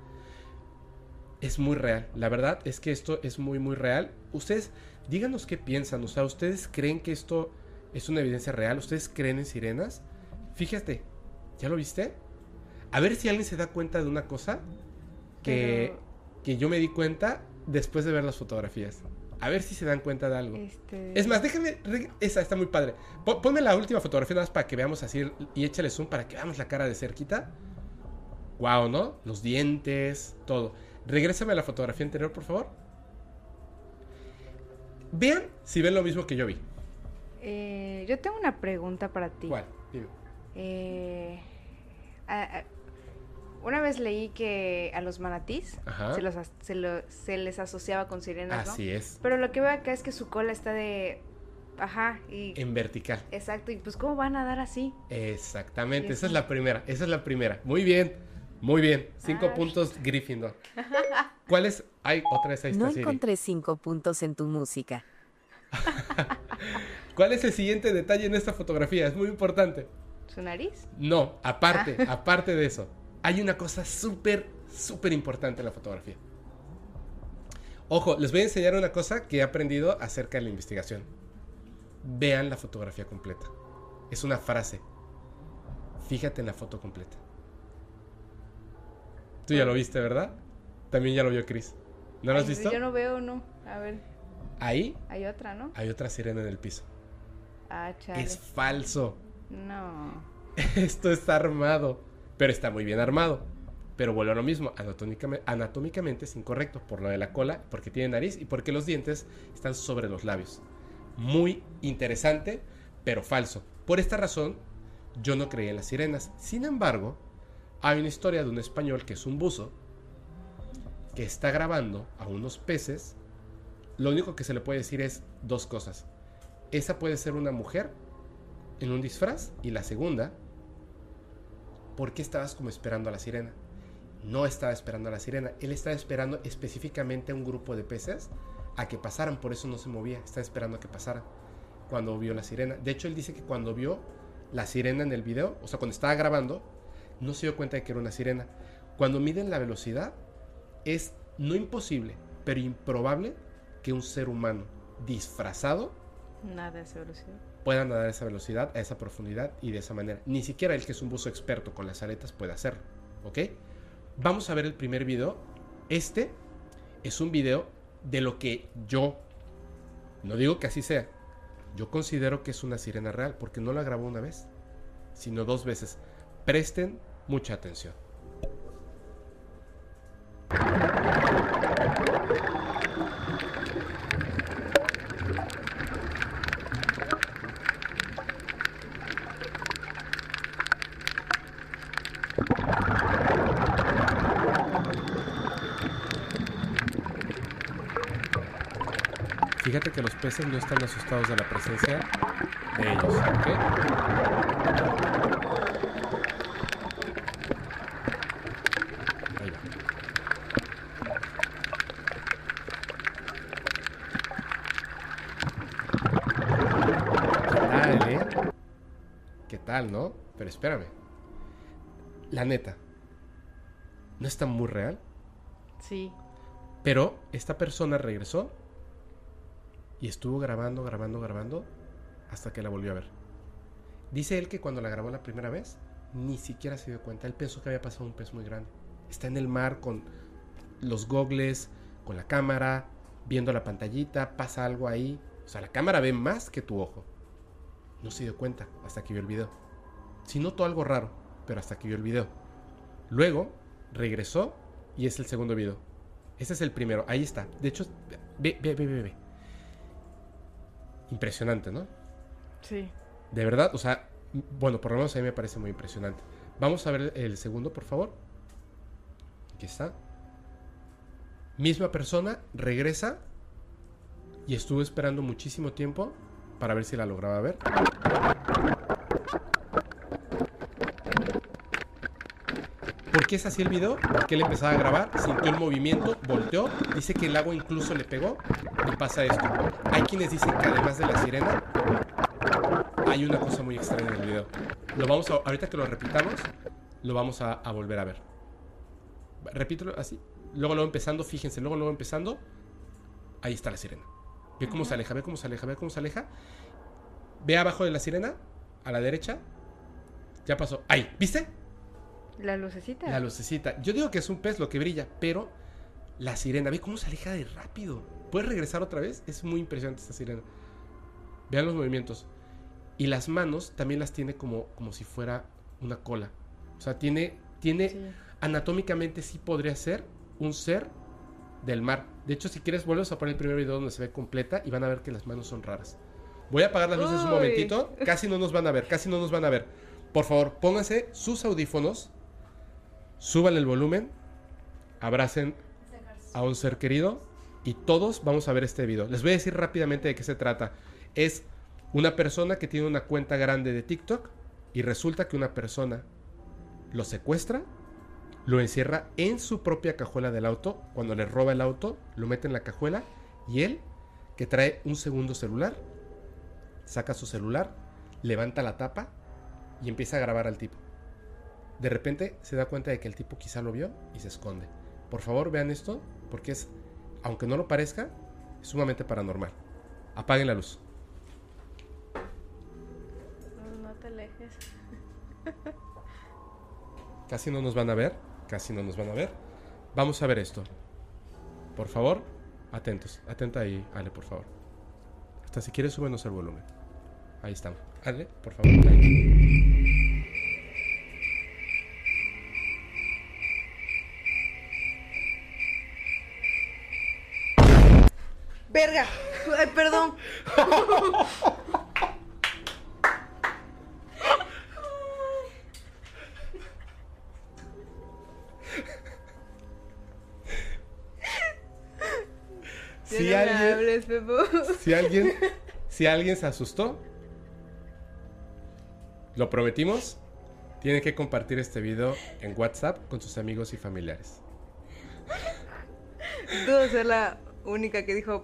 Es muy real. La verdad es que esto es muy, muy real. Ustedes, díganos qué piensan. O sea, ¿ustedes creen que esto es una evidencia real? ¿Ustedes creen en sirenas? Fíjate. ¿Ya lo viste? A ver si alguien se da cuenta de una cosa que, Pero... que yo me di cuenta después de ver las fotografías. A ver si se dan cuenta de algo. Este... Es más, déjenme... Esa está muy padre. P- ponme la última fotografía nada más para que veamos así y échale zoom para que veamos la cara de cerquita. Wow, ¿no? Los dientes, todo. Regrésame a la fotografía anterior, por favor. Vean si ven lo mismo que yo vi. Eh, yo tengo una pregunta para ti. ¿Cuál? Dime. Eh... A, a, una vez leí que a los manatís se, los, se, lo, se les asociaba con sirenas, ¿no? Así es. Pero lo que veo acá es que su cola está de... Ajá, y... En vertical. Exacto, y pues ¿cómo van a dar así? Exactamente, esa es la primera, esa es la primera. Muy bien, muy bien. Cinco Ah. puntos Gryffindor. ¿Cuál es? Ay, otra vez ahí está No Siri. encontré cinco puntos en tu música. ¿Cuál es el siguiente detalle en esta fotografía? Es muy importante. ¿Su nariz? No, aparte, aparte de eso, hay una cosa súper, súper importante en la fotografía. Ojo, les voy a enseñar una cosa que he aprendido acerca de la investigación. Vean la fotografía completa. Es una frase. Fíjate en la foto completa. Tú ya lo viste, ¿verdad? También ya lo vio Chris. ¿No lo has Ay, visto? Yo no veo, no. A ver, Ahí hay otra, ¿no? hay otra sirena en el piso. Ah, chale. Es falso. No. Esto está armado, pero está muy bien armado. Pero vuelvo a lo mismo, anatómicamente, anatómicamente es incorrecto por lo de la cola, porque tiene nariz y porque los dientes están sobre los labios. Muy interesante, pero falso. Por esta razón, yo no creí en las sirenas. Sin embargo, hay una historia de un español que es un buzo, que está grabando a unos peces. Lo único que se le puede decir es dos cosas. Esa puede ser una mujer en un disfraz, y la segunda, ¿por qué estabas como esperando a la sirena? No estaba esperando a la sirena, él estaba esperando específicamente a un grupo de peces a que pasaran, por eso no se movía, estaba esperando a que pasaran cuando vio la sirena. De hecho, él dice que cuando vio la sirena en el video, o sea, cuando estaba grabando, no se dio cuenta de que era una sirena. Cuando miden la velocidad, es no imposible, pero improbable que un ser humano disfrazado Nada de esa velocidad. pueda nadar a esa velocidad, a esa profundidad y de esa manera. Ni siquiera el que es un buzo experto con las aletas puede hacerlo, ¿ok? Vamos a ver el primer video. Este es un video de lo que yo, no digo que así sea, yo considero que es una sirena real, porque no la grabó una vez, sino dos veces. Presten mucha atención. Fíjate que los peces no están asustados de la presencia de ellos, ¿ok? Ahí va. ¿Qué tal, eh? ¿Qué tal, no? Pero espérame. La neta, ¿no está muy real? Sí. Pero esta persona regresó y estuvo grabando, grabando, grabando hasta que la volvió a ver. Dice él que cuando la grabó la primera vez ni siquiera se dio cuenta. Él pensó que había pasado un pez muy grande. Está en el mar con los gogles, con la cámara, viendo la pantallita, pasa algo ahí. O sea, la cámara ve más que tu ojo. No se dio cuenta hasta que vio el video. Sí notó algo raro, pero hasta que vio el video. Luego regresó y es el segundo video. Ese es el primero, ahí está. De hecho, ve, ve, ve, ve, ve. Impresionante, ¿no? Sí. De verdad, o sea, bueno, por lo menos a mí me parece muy impresionante. Vamos a ver el segundo, por favor. Aquí está. Misma persona, regresa y estuvo esperando muchísimo tiempo para ver si la lograba ver. ¿Por qué es así el video? Porque él empezaba a grabar, sintió el movimiento, volteó, dice que el agua incluso le pegó y pasa esto. Hay quienes dicen que además de la sirena hay una cosa muy extraña en el video. Lo vamos a, ahorita que lo repitamos, lo vamos a, a volver a ver. Repítelo así. Luego, luego empezando, fíjense, luego, luego empezando. Ahí está la sirena. Ve cómo se aleja, ve cómo se aleja, ve cómo se aleja. Ve abajo de la sirena, a la derecha. Ya pasó. Ahí, ¿viste? La lucecita. La lucecita. Yo digo que es un pez lo que brilla, pero la sirena, ve cómo se aleja de rápido. ¿Puedes regresar otra vez? Es muy impresionante esta sirena. Vean los movimientos. Y las manos también las tiene como, como si fuera una cola. O sea, tiene, tiene Sí. anatómicamente sí podría ser un ser del mar. De hecho, si quieres, vuelves a poner el primer video donde se ve completa y van a ver que las manos son raras. Voy a apagar las luces un Uy. momentito. Casi no nos van a ver, casi no nos van a ver. Por favor, pónganse sus audífonos, suban el volumen, abracen a un ser querido y todos vamos a ver este video. Les voy a decir rápidamente de qué se trata. Es una persona que tiene una cuenta grande de TikTok y resulta que una persona lo secuestra, lo encierra en su propia cajuela del auto. Cuando le roba el auto, lo mete en la cajuela y él, que trae un segundo celular, saca su celular, levanta la tapa y empieza a grabar al tipo. De repente se da cuenta de que el tipo quizá lo vio y se esconde. Por favor, vean esto, porque es, aunque no lo parezca, es sumamente paranormal. Apaguen la luz. No te alejes. Casi no nos van a ver, casi no nos van a ver. Vamos a ver esto. Por favor, atentos. Atenta ahí, Ale, por favor. Hasta si quieres, súbenos el volumen. Ahí estamos. Ale, por favor. Ahí. ¡Verga! Ay, perdón. Si Ya no me alguien, hables, Pepo. si alguien, si alguien se asustó, lo prometimos, tiene que compartir este video en WhatsApp con sus amigos y familiares. Dudo ser la única que dijo.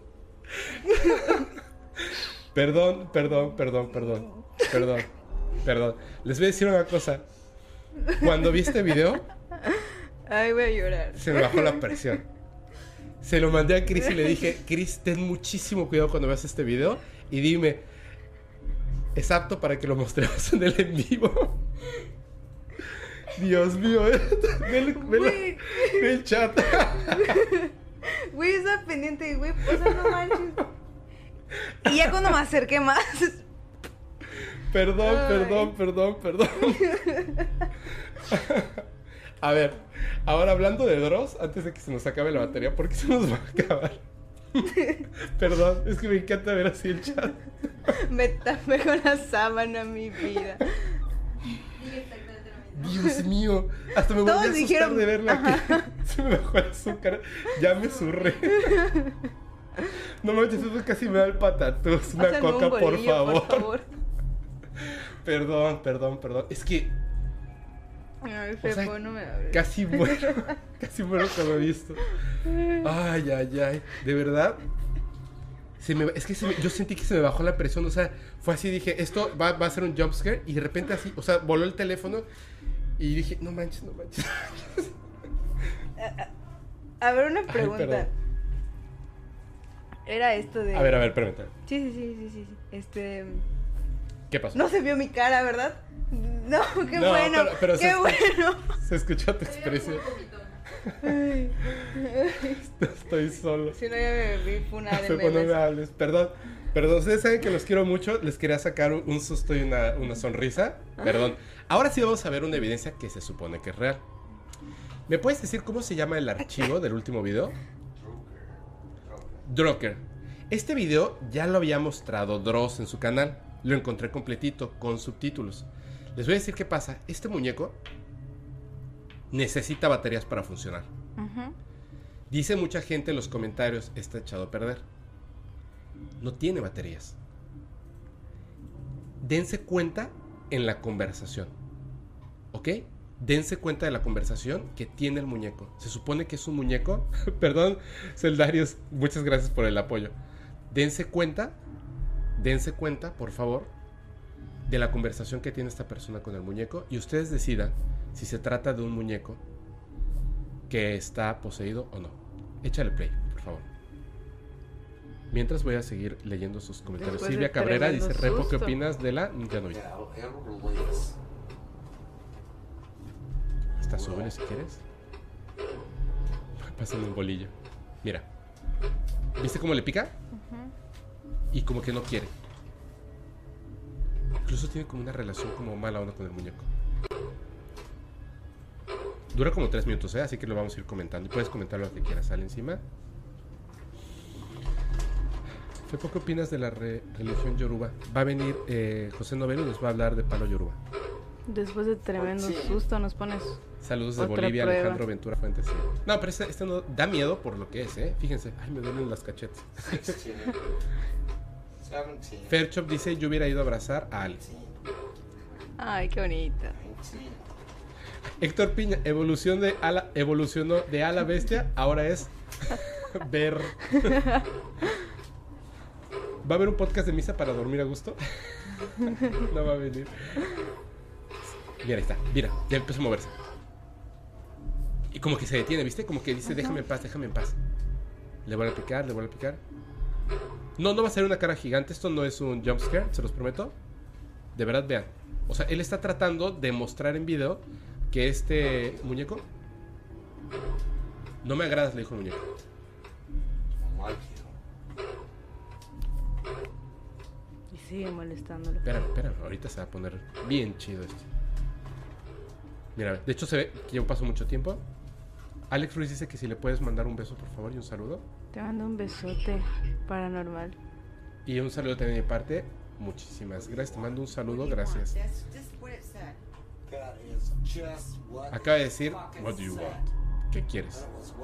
Perdón, perdón, perdón, perdón, perdón, perdón. Les voy a decir una cosa. Cuando vi este video, Ay, voy a llorar. se me bajó la presión. Se lo mandé a Chris y le dije, Chris, ten muchísimo cuidado cuando veas este video y dime, ¿es apto para que lo mostremos en el en vivo? Dios mío, eh. ve, el, ve, la- Güey. ve el chat. Güey, estaba pendiente, güey. O sea, no manches. Y ya cuando me acerqué más. Perdón, Ay. perdón, perdón, perdón. A ver, ahora hablando de Dross, antes de que se nos acabe la batería, ¿por qué se nos va a acabar? Perdón, es que me encanta ver así el chat. Me tapé con la sábana, mi vida. Dios mío, hasta me volví a Todos asustar dijeron- de verla aquí. Se me bajó el azúcar, ya me surré. No manches, eso casi me da el patatús. Una Pásenme un coca, por bolillo, favor. por favor. Perdón, perdón, perdón. Es que Ay, O sea, Fepo, no me hables. casi muero. Casi muero cuando he visto. Ay, ay, ay. De verdad. Se me, es que se me- yo sentí que se me bajó la presión. O sea, fue así. Dije, esto va, va a ser un jumpscare. Y de repente así, o sea, voló el teléfono. Y dije, no manches, no manches. A ver, una Ay, pregunta. perdón. Era esto de... A ver, a ver, permítame. Sí, sí, sí, sí, sí, sí. Este... ¿Qué pasó? No se vio mi cara, ¿verdad? No, qué No, bueno, pero- pero qué se bueno. Se escuchó tu expresión. Ay. Estoy solo. Si no, ya me vi funar en Fepo, no me memes. hables. Perdón. Perdón, ustedes saben que los quiero mucho. Les quería sacar un un susto y una, una sonrisa. Perdón. Ahora sí vamos a ver una evidencia que se supone que es real. ¿Me puedes decir cómo se llama el archivo del último video? Drucker. Este video ya lo había mostrado Dross en su canal. Lo encontré completito, con subtítulos. Les voy a decir qué pasa. Este muñeco necesita baterías para funcionar. Ujú. Dice mucha gente en los comentarios, está echado a perder. No tiene baterías. Dense cuenta en la conversación. ¿Ok? Dense cuenta de la conversación que tiene el muñeco. Se supone que es un muñeco. Perdón, Celdarius, muchas gracias por el apoyo. Dense cuenta, dense cuenta, por favor, de la conversación que tiene esta persona con el muñeco. Y ustedes decidan si se trata de un muñeco que está poseído o no. Échale play, por favor. Mientras voy a seguir leyendo sus comentarios. Después de Silvia Cabrera dice, tremendo Repo, ¿qué susto. opinas de la Ninja Novia? Hasta súbele si quieres. Pásame un bolillo. Mira. ¿Viste cómo le pica? Y como que no quiere. Incluso tiene como una relación como mala onda con el muñeco. Dura como tres minutos, ¿eh? Así que lo vamos a ir comentando. Y puedes comentar lo que quieras. Sale encima. Fepo, ¿qué opinas de la re- religión yoruba? Va a venir eh, José Novelo y nos va a hablar de palo yoruba. Después de tremendo susto nos pones... Saludos de Otra Bolivia, prueba. Alejandro Ventura Fuentes. Sí. No, pero este, este no da miedo por lo que es, ¿eh? Fíjense. Ay, me duelen las cachetes. Fairchop dice, yo hubiera ido a abrazar a Ali. Ay, qué bonita. Héctor Piña, evolución de ala, evolucionó de ala bestia, ahora es ver. ¿Va a haber un podcast de misa para dormir a gusto? No va a venir. Mira, ahí está. Mira, ya empezó a moverse. Y como que se detiene, ¿viste? Como que dice, déjame en paz, déjame en paz. Le voy a picar, le voy a picar. No, no va a ser una cara gigante. Esto no es un jumpscare, se los prometo. De verdad, vean. O sea, él está tratando de mostrar en video que este muñeco... No me agradas, le dijo el muñeco. Y sigue molestándolo. Espérame, espérame, ahorita se va a poner bien chido esto. Mira, de hecho se ve que yo paso mucho tiempo. Alex Ruiz dice que si le puedes mandar un beso, por favor, y un saludo. Te mando un besote paranormal. Y un saludo también de mi parte. Muchísimas gracias, te mando un saludo, gracias. Acaba de decir, what do you want? ¿Qué quieres?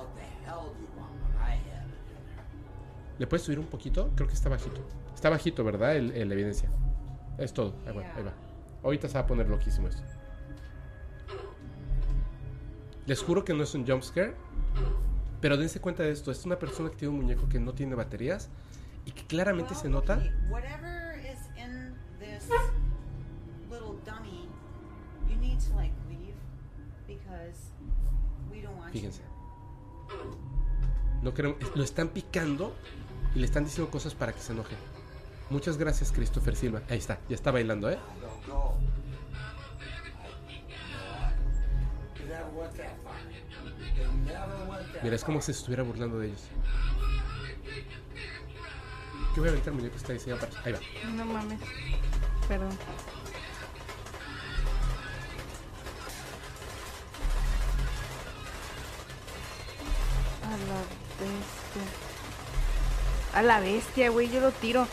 ¿Le puedes subir un poquito? Creo que está bajito. Está bajito, ¿verdad? El, el- la evidencia. Es todo. Ahí va, ahí va. Ahorita se va a poner loquísimo esto. Les juro que no es un jumpscare. Pero dense cuenta de esto. Es una persona que tiene un muñeco que no tiene baterías. Y que claramente se nota. Okay, whatever is in this little dummy, you need to like leave because we don't want Fíjense. you. No queremos, lo están picando y le están diciendo cosas para que se enoje. Muchas gracias, Christopher Silva. Ahí está, ya está bailando, ¿eh? Mira, es como si se estuviera burlando de ellos. ¿Qué voy a aventar, muñeco? Está diseñado para... Ahí va. No mames. Perdón. A la bestia. A la bestia, güey, yo lo tiro.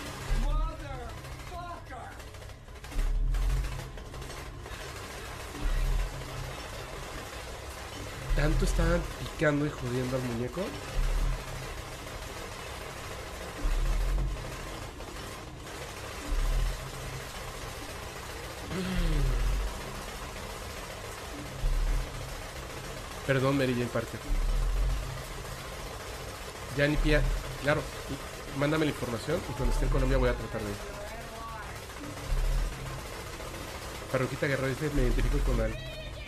Tanto estaban picando y jodiendo al muñeco. Perdón, Mary Jane Parker. Ya ni pía. Claro, mándame la información y cuando esté en Colombia voy a tratar de ir. Parroquita Guerrero dice, me identifico con él.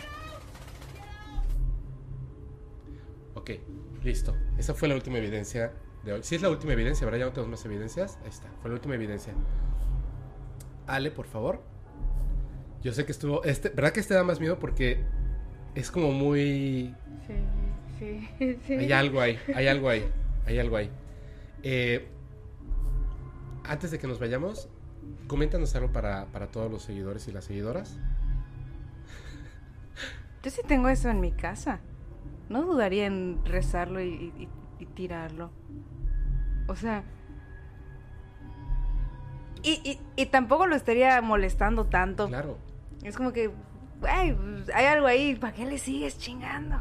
Ok, listo. Esa fue la última evidencia de hoy. Sí es la última evidencia, ¿verdad? Ya no tenemos más evidencias. Ahí está, fue la última evidencia. Ale, por favor. Yo sé que estuvo... Este, ¿verdad que este da más miedo? Porque es como muy... Sí, sí, sí. Hay algo ahí, hay algo ahí, hay algo ahí. Eh, antes de que nos vayamos, coméntanos algo para, para todos los seguidores y las seguidoras. Yo sí tengo eso en mi casa. No dudaría en rezarlo y, y, y tirarlo. O sea... Y, y, y tampoco lo estaría molestando tanto. Claro. Es como que, ay, hay algo ahí, ¿para qué le sigues chingando?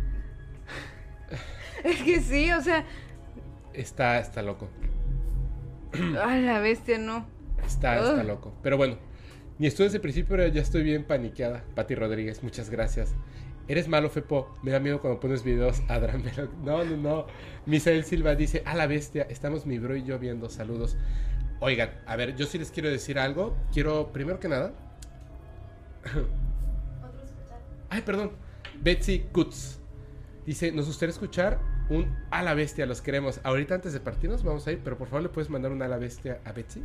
Es que sí, o sea... Está, está loco. Ay, la bestia, no. Está, Ugh. está loco. Pero bueno, ni estuve desde el principio, pero ya estoy bien paniqueada. Pati Rodríguez, muchas gracias. Eres malo, Fepo. Me da miedo cuando pones videos a Dramelo. No, no, no. Misael Silva dice, a la bestia, estamos mi bro y yo viendo. Saludos. Oigan, a ver, yo sí les quiero decir algo. Quiero, primero que nada... Ay, perdón. Betsy Kutz dice, nos gustaría escuchar un a la bestia, los queremos. Ahorita antes de partirnos vamos a ir, pero por favor le puedes mandar un a la bestia a Betsy.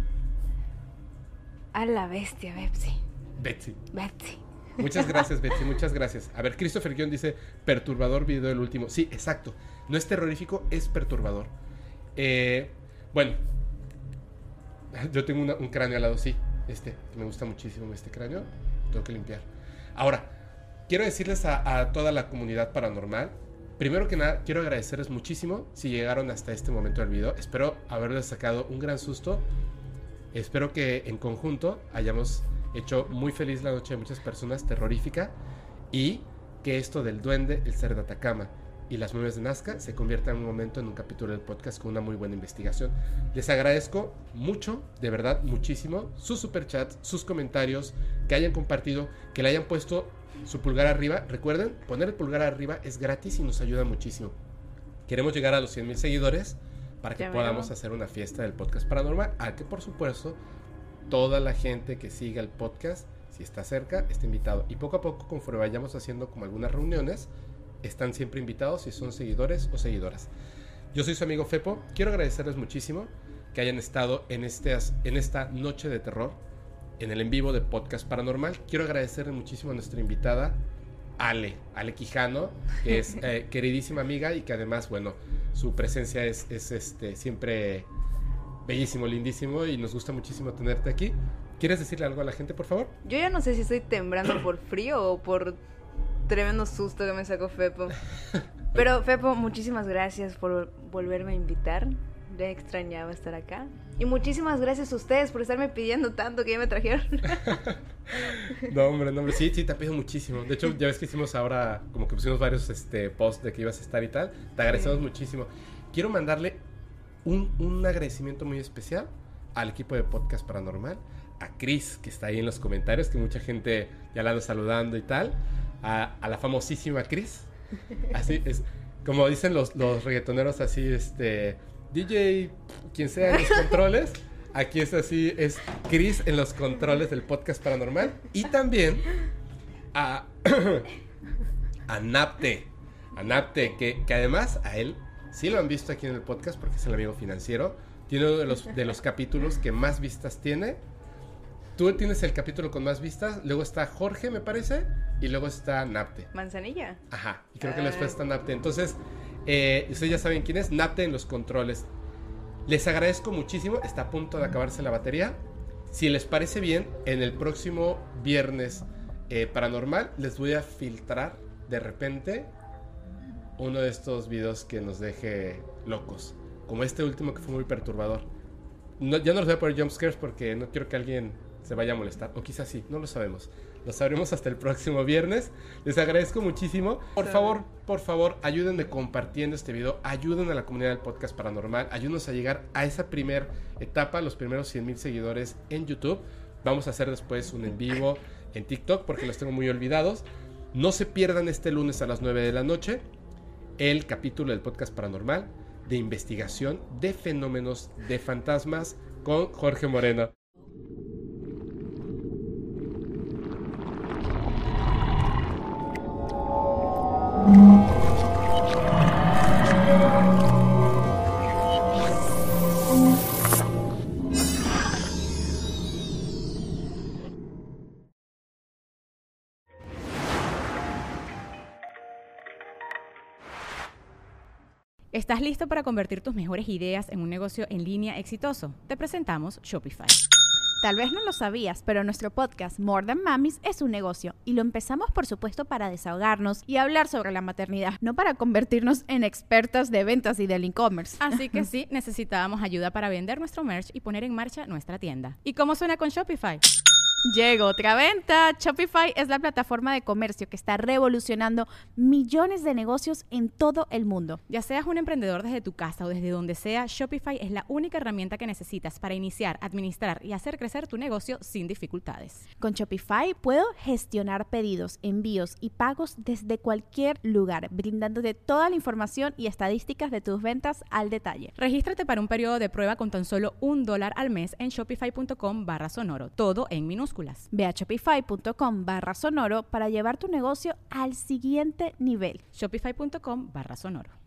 A la bestia, Betsy. Betsy. Betsy. Muchas gracias, Betsy, muchas gracias. A ver, Christopher Guión dice, perturbador video el último. Sí, exacto. No es terrorífico, es perturbador. Eh, bueno, yo tengo una, un cráneo al lado, sí. Este, me gusta muchísimo este cráneo. Tengo que limpiar. Ahora, quiero decirles a, a toda la comunidad paranormal. Primero que nada, quiero agradecerles muchísimo si llegaron hasta este momento del video. Espero haberles sacado un gran susto. Espero que en conjunto hayamos hecho muy feliz la noche de muchas personas, terrorífica. Y que esto del duende, el ser de Atacama y las momias de Nazca se convierta en un momento en un capítulo del podcast con una muy buena investigación. Les agradezco mucho, de verdad, muchísimo, sus superchats, sus comentarios, que hayan compartido, que le hayan puesto su pulgar arriba. Recuerden, poner el pulgar arriba es gratis y nos ayuda muchísimo. Queremos llegar a los cien mil seguidores para que Ya podamos veo. hacer una fiesta del podcast paranormal, al que por supuesto toda la gente que siga el podcast, si está cerca, está invitado. Y poco a poco, conforme vayamos haciendo como algunas reuniones, están siempre invitados si son seguidores o seguidoras. Yo soy su amigo Fepo. Quiero agradecerles muchísimo que hayan estado en, este, en esta noche de terror, en el en vivo de Podcast Paranormal. Quiero agradecerle muchísimo a nuestra invitada Ale, Ale Quijano, que es eh, queridísima amiga y que además, bueno, su presencia es, es este, siempre bellísimo, lindísimo y nos gusta muchísimo tenerte aquí. ¿Quieres decirle algo a la gente, por favor? Yo ya no sé si estoy temblando por frío o por tremendo susto que me sacó Fepo. Pero Fepo, muchísimas gracias por volverme a invitar. Ya extrañaba estar acá. Y muchísimas gracias a ustedes por estarme pidiendo tanto que ya me trajeron. No, hombre, no, hombre. Sí, sí, te pido muchísimo. De hecho, ya ves que hicimos ahora, como que pusimos varios este, posts de que ibas a estar y tal. Te agradecemos sí. muchísimo. Quiero mandarle un, un agradecimiento muy especial al equipo de Podcast Paranormal. A Chris, que está ahí en los comentarios, que mucha gente ya la anda saludando y tal. A, a la famosísima Chris. Así es. Como dicen los, los reggaetoneros, así, este... D J, quien sea en los controles. Aquí es así, es Chris en los controles del Podcast Paranormal. Y también a, a Napte. A Napte, que, que además a él sí lo han visto aquí en el podcast porque es el amigo financiero. Tiene uno de los, de los capítulos que más vistas tiene. Tú tienes el capítulo con más vistas. Luego está Jorge, me parece. Y luego está Napte. ¿Manzanilla? Ajá. Y creo que Ah. después está Napte. Entonces, eh, ustedes ya saben quién es. Napte en los controles. Les agradezco muchísimo. Está a punto de acabarse la batería. Si les parece bien, en el próximo viernes eh, paranormal les voy a filtrar de repente uno de estos videos que nos deje locos. Como este último que fue muy perturbador. No, ya no les voy a poner jumpscares porque no quiero que alguien se vaya a molestar. O quizás sí, no lo sabemos. Lo sabremos hasta el próximo viernes. Les agradezco muchísimo. Por favor, por favor, ayúdenme compartiendo este video. Ayuden a la comunidad del Podcast Paranormal. Ayúdenos a llegar a esa primera etapa, los primeros cien mil seguidores en YouTube. Vamos a hacer después un en vivo en TikTok porque los tengo muy olvidados. No se pierdan este lunes a las nueve de la noche el capítulo del podcast paranormal de investigación de fenómenos de fantasmas con Jorge Moreno. ¿Estás listo para convertir tus mejores ideas en un negocio en línea exitoso? Te presentamos Shopify. Tal vez no lo sabías, pero nuestro podcast More Than Mamis es un negocio y lo empezamos por supuesto para desahogarnos y hablar sobre la maternidad, no para convertirnos en expertas de ventas y del e-commerce. Así que sí, necesitábamos ayuda para vender nuestro merch y poner en marcha nuestra tienda. ¿Y cómo suena con Shopify? Llegó otra venta. Shopify es la plataforma de comercio que está revolucionando millones de negocios en todo el mundo. Ya seas un emprendedor desde tu casa o desde donde sea, Shopify es la única herramienta que necesitas para iniciar, administrar y hacer crecer tu negocio sin dificultades. Con Shopify puedo gestionar pedidos, envíos y pagos desde cualquier lugar, brindándote toda la información y estadísticas de tus ventas al detalle. Regístrate para un periodo de prueba con tan solo un dólar al mes en shopify.com barra sonoro, todo en minúsculas. Ve a shopify.com barra sonoro para llevar tu negocio al siguiente nivel. Shopify.com barra sonoro.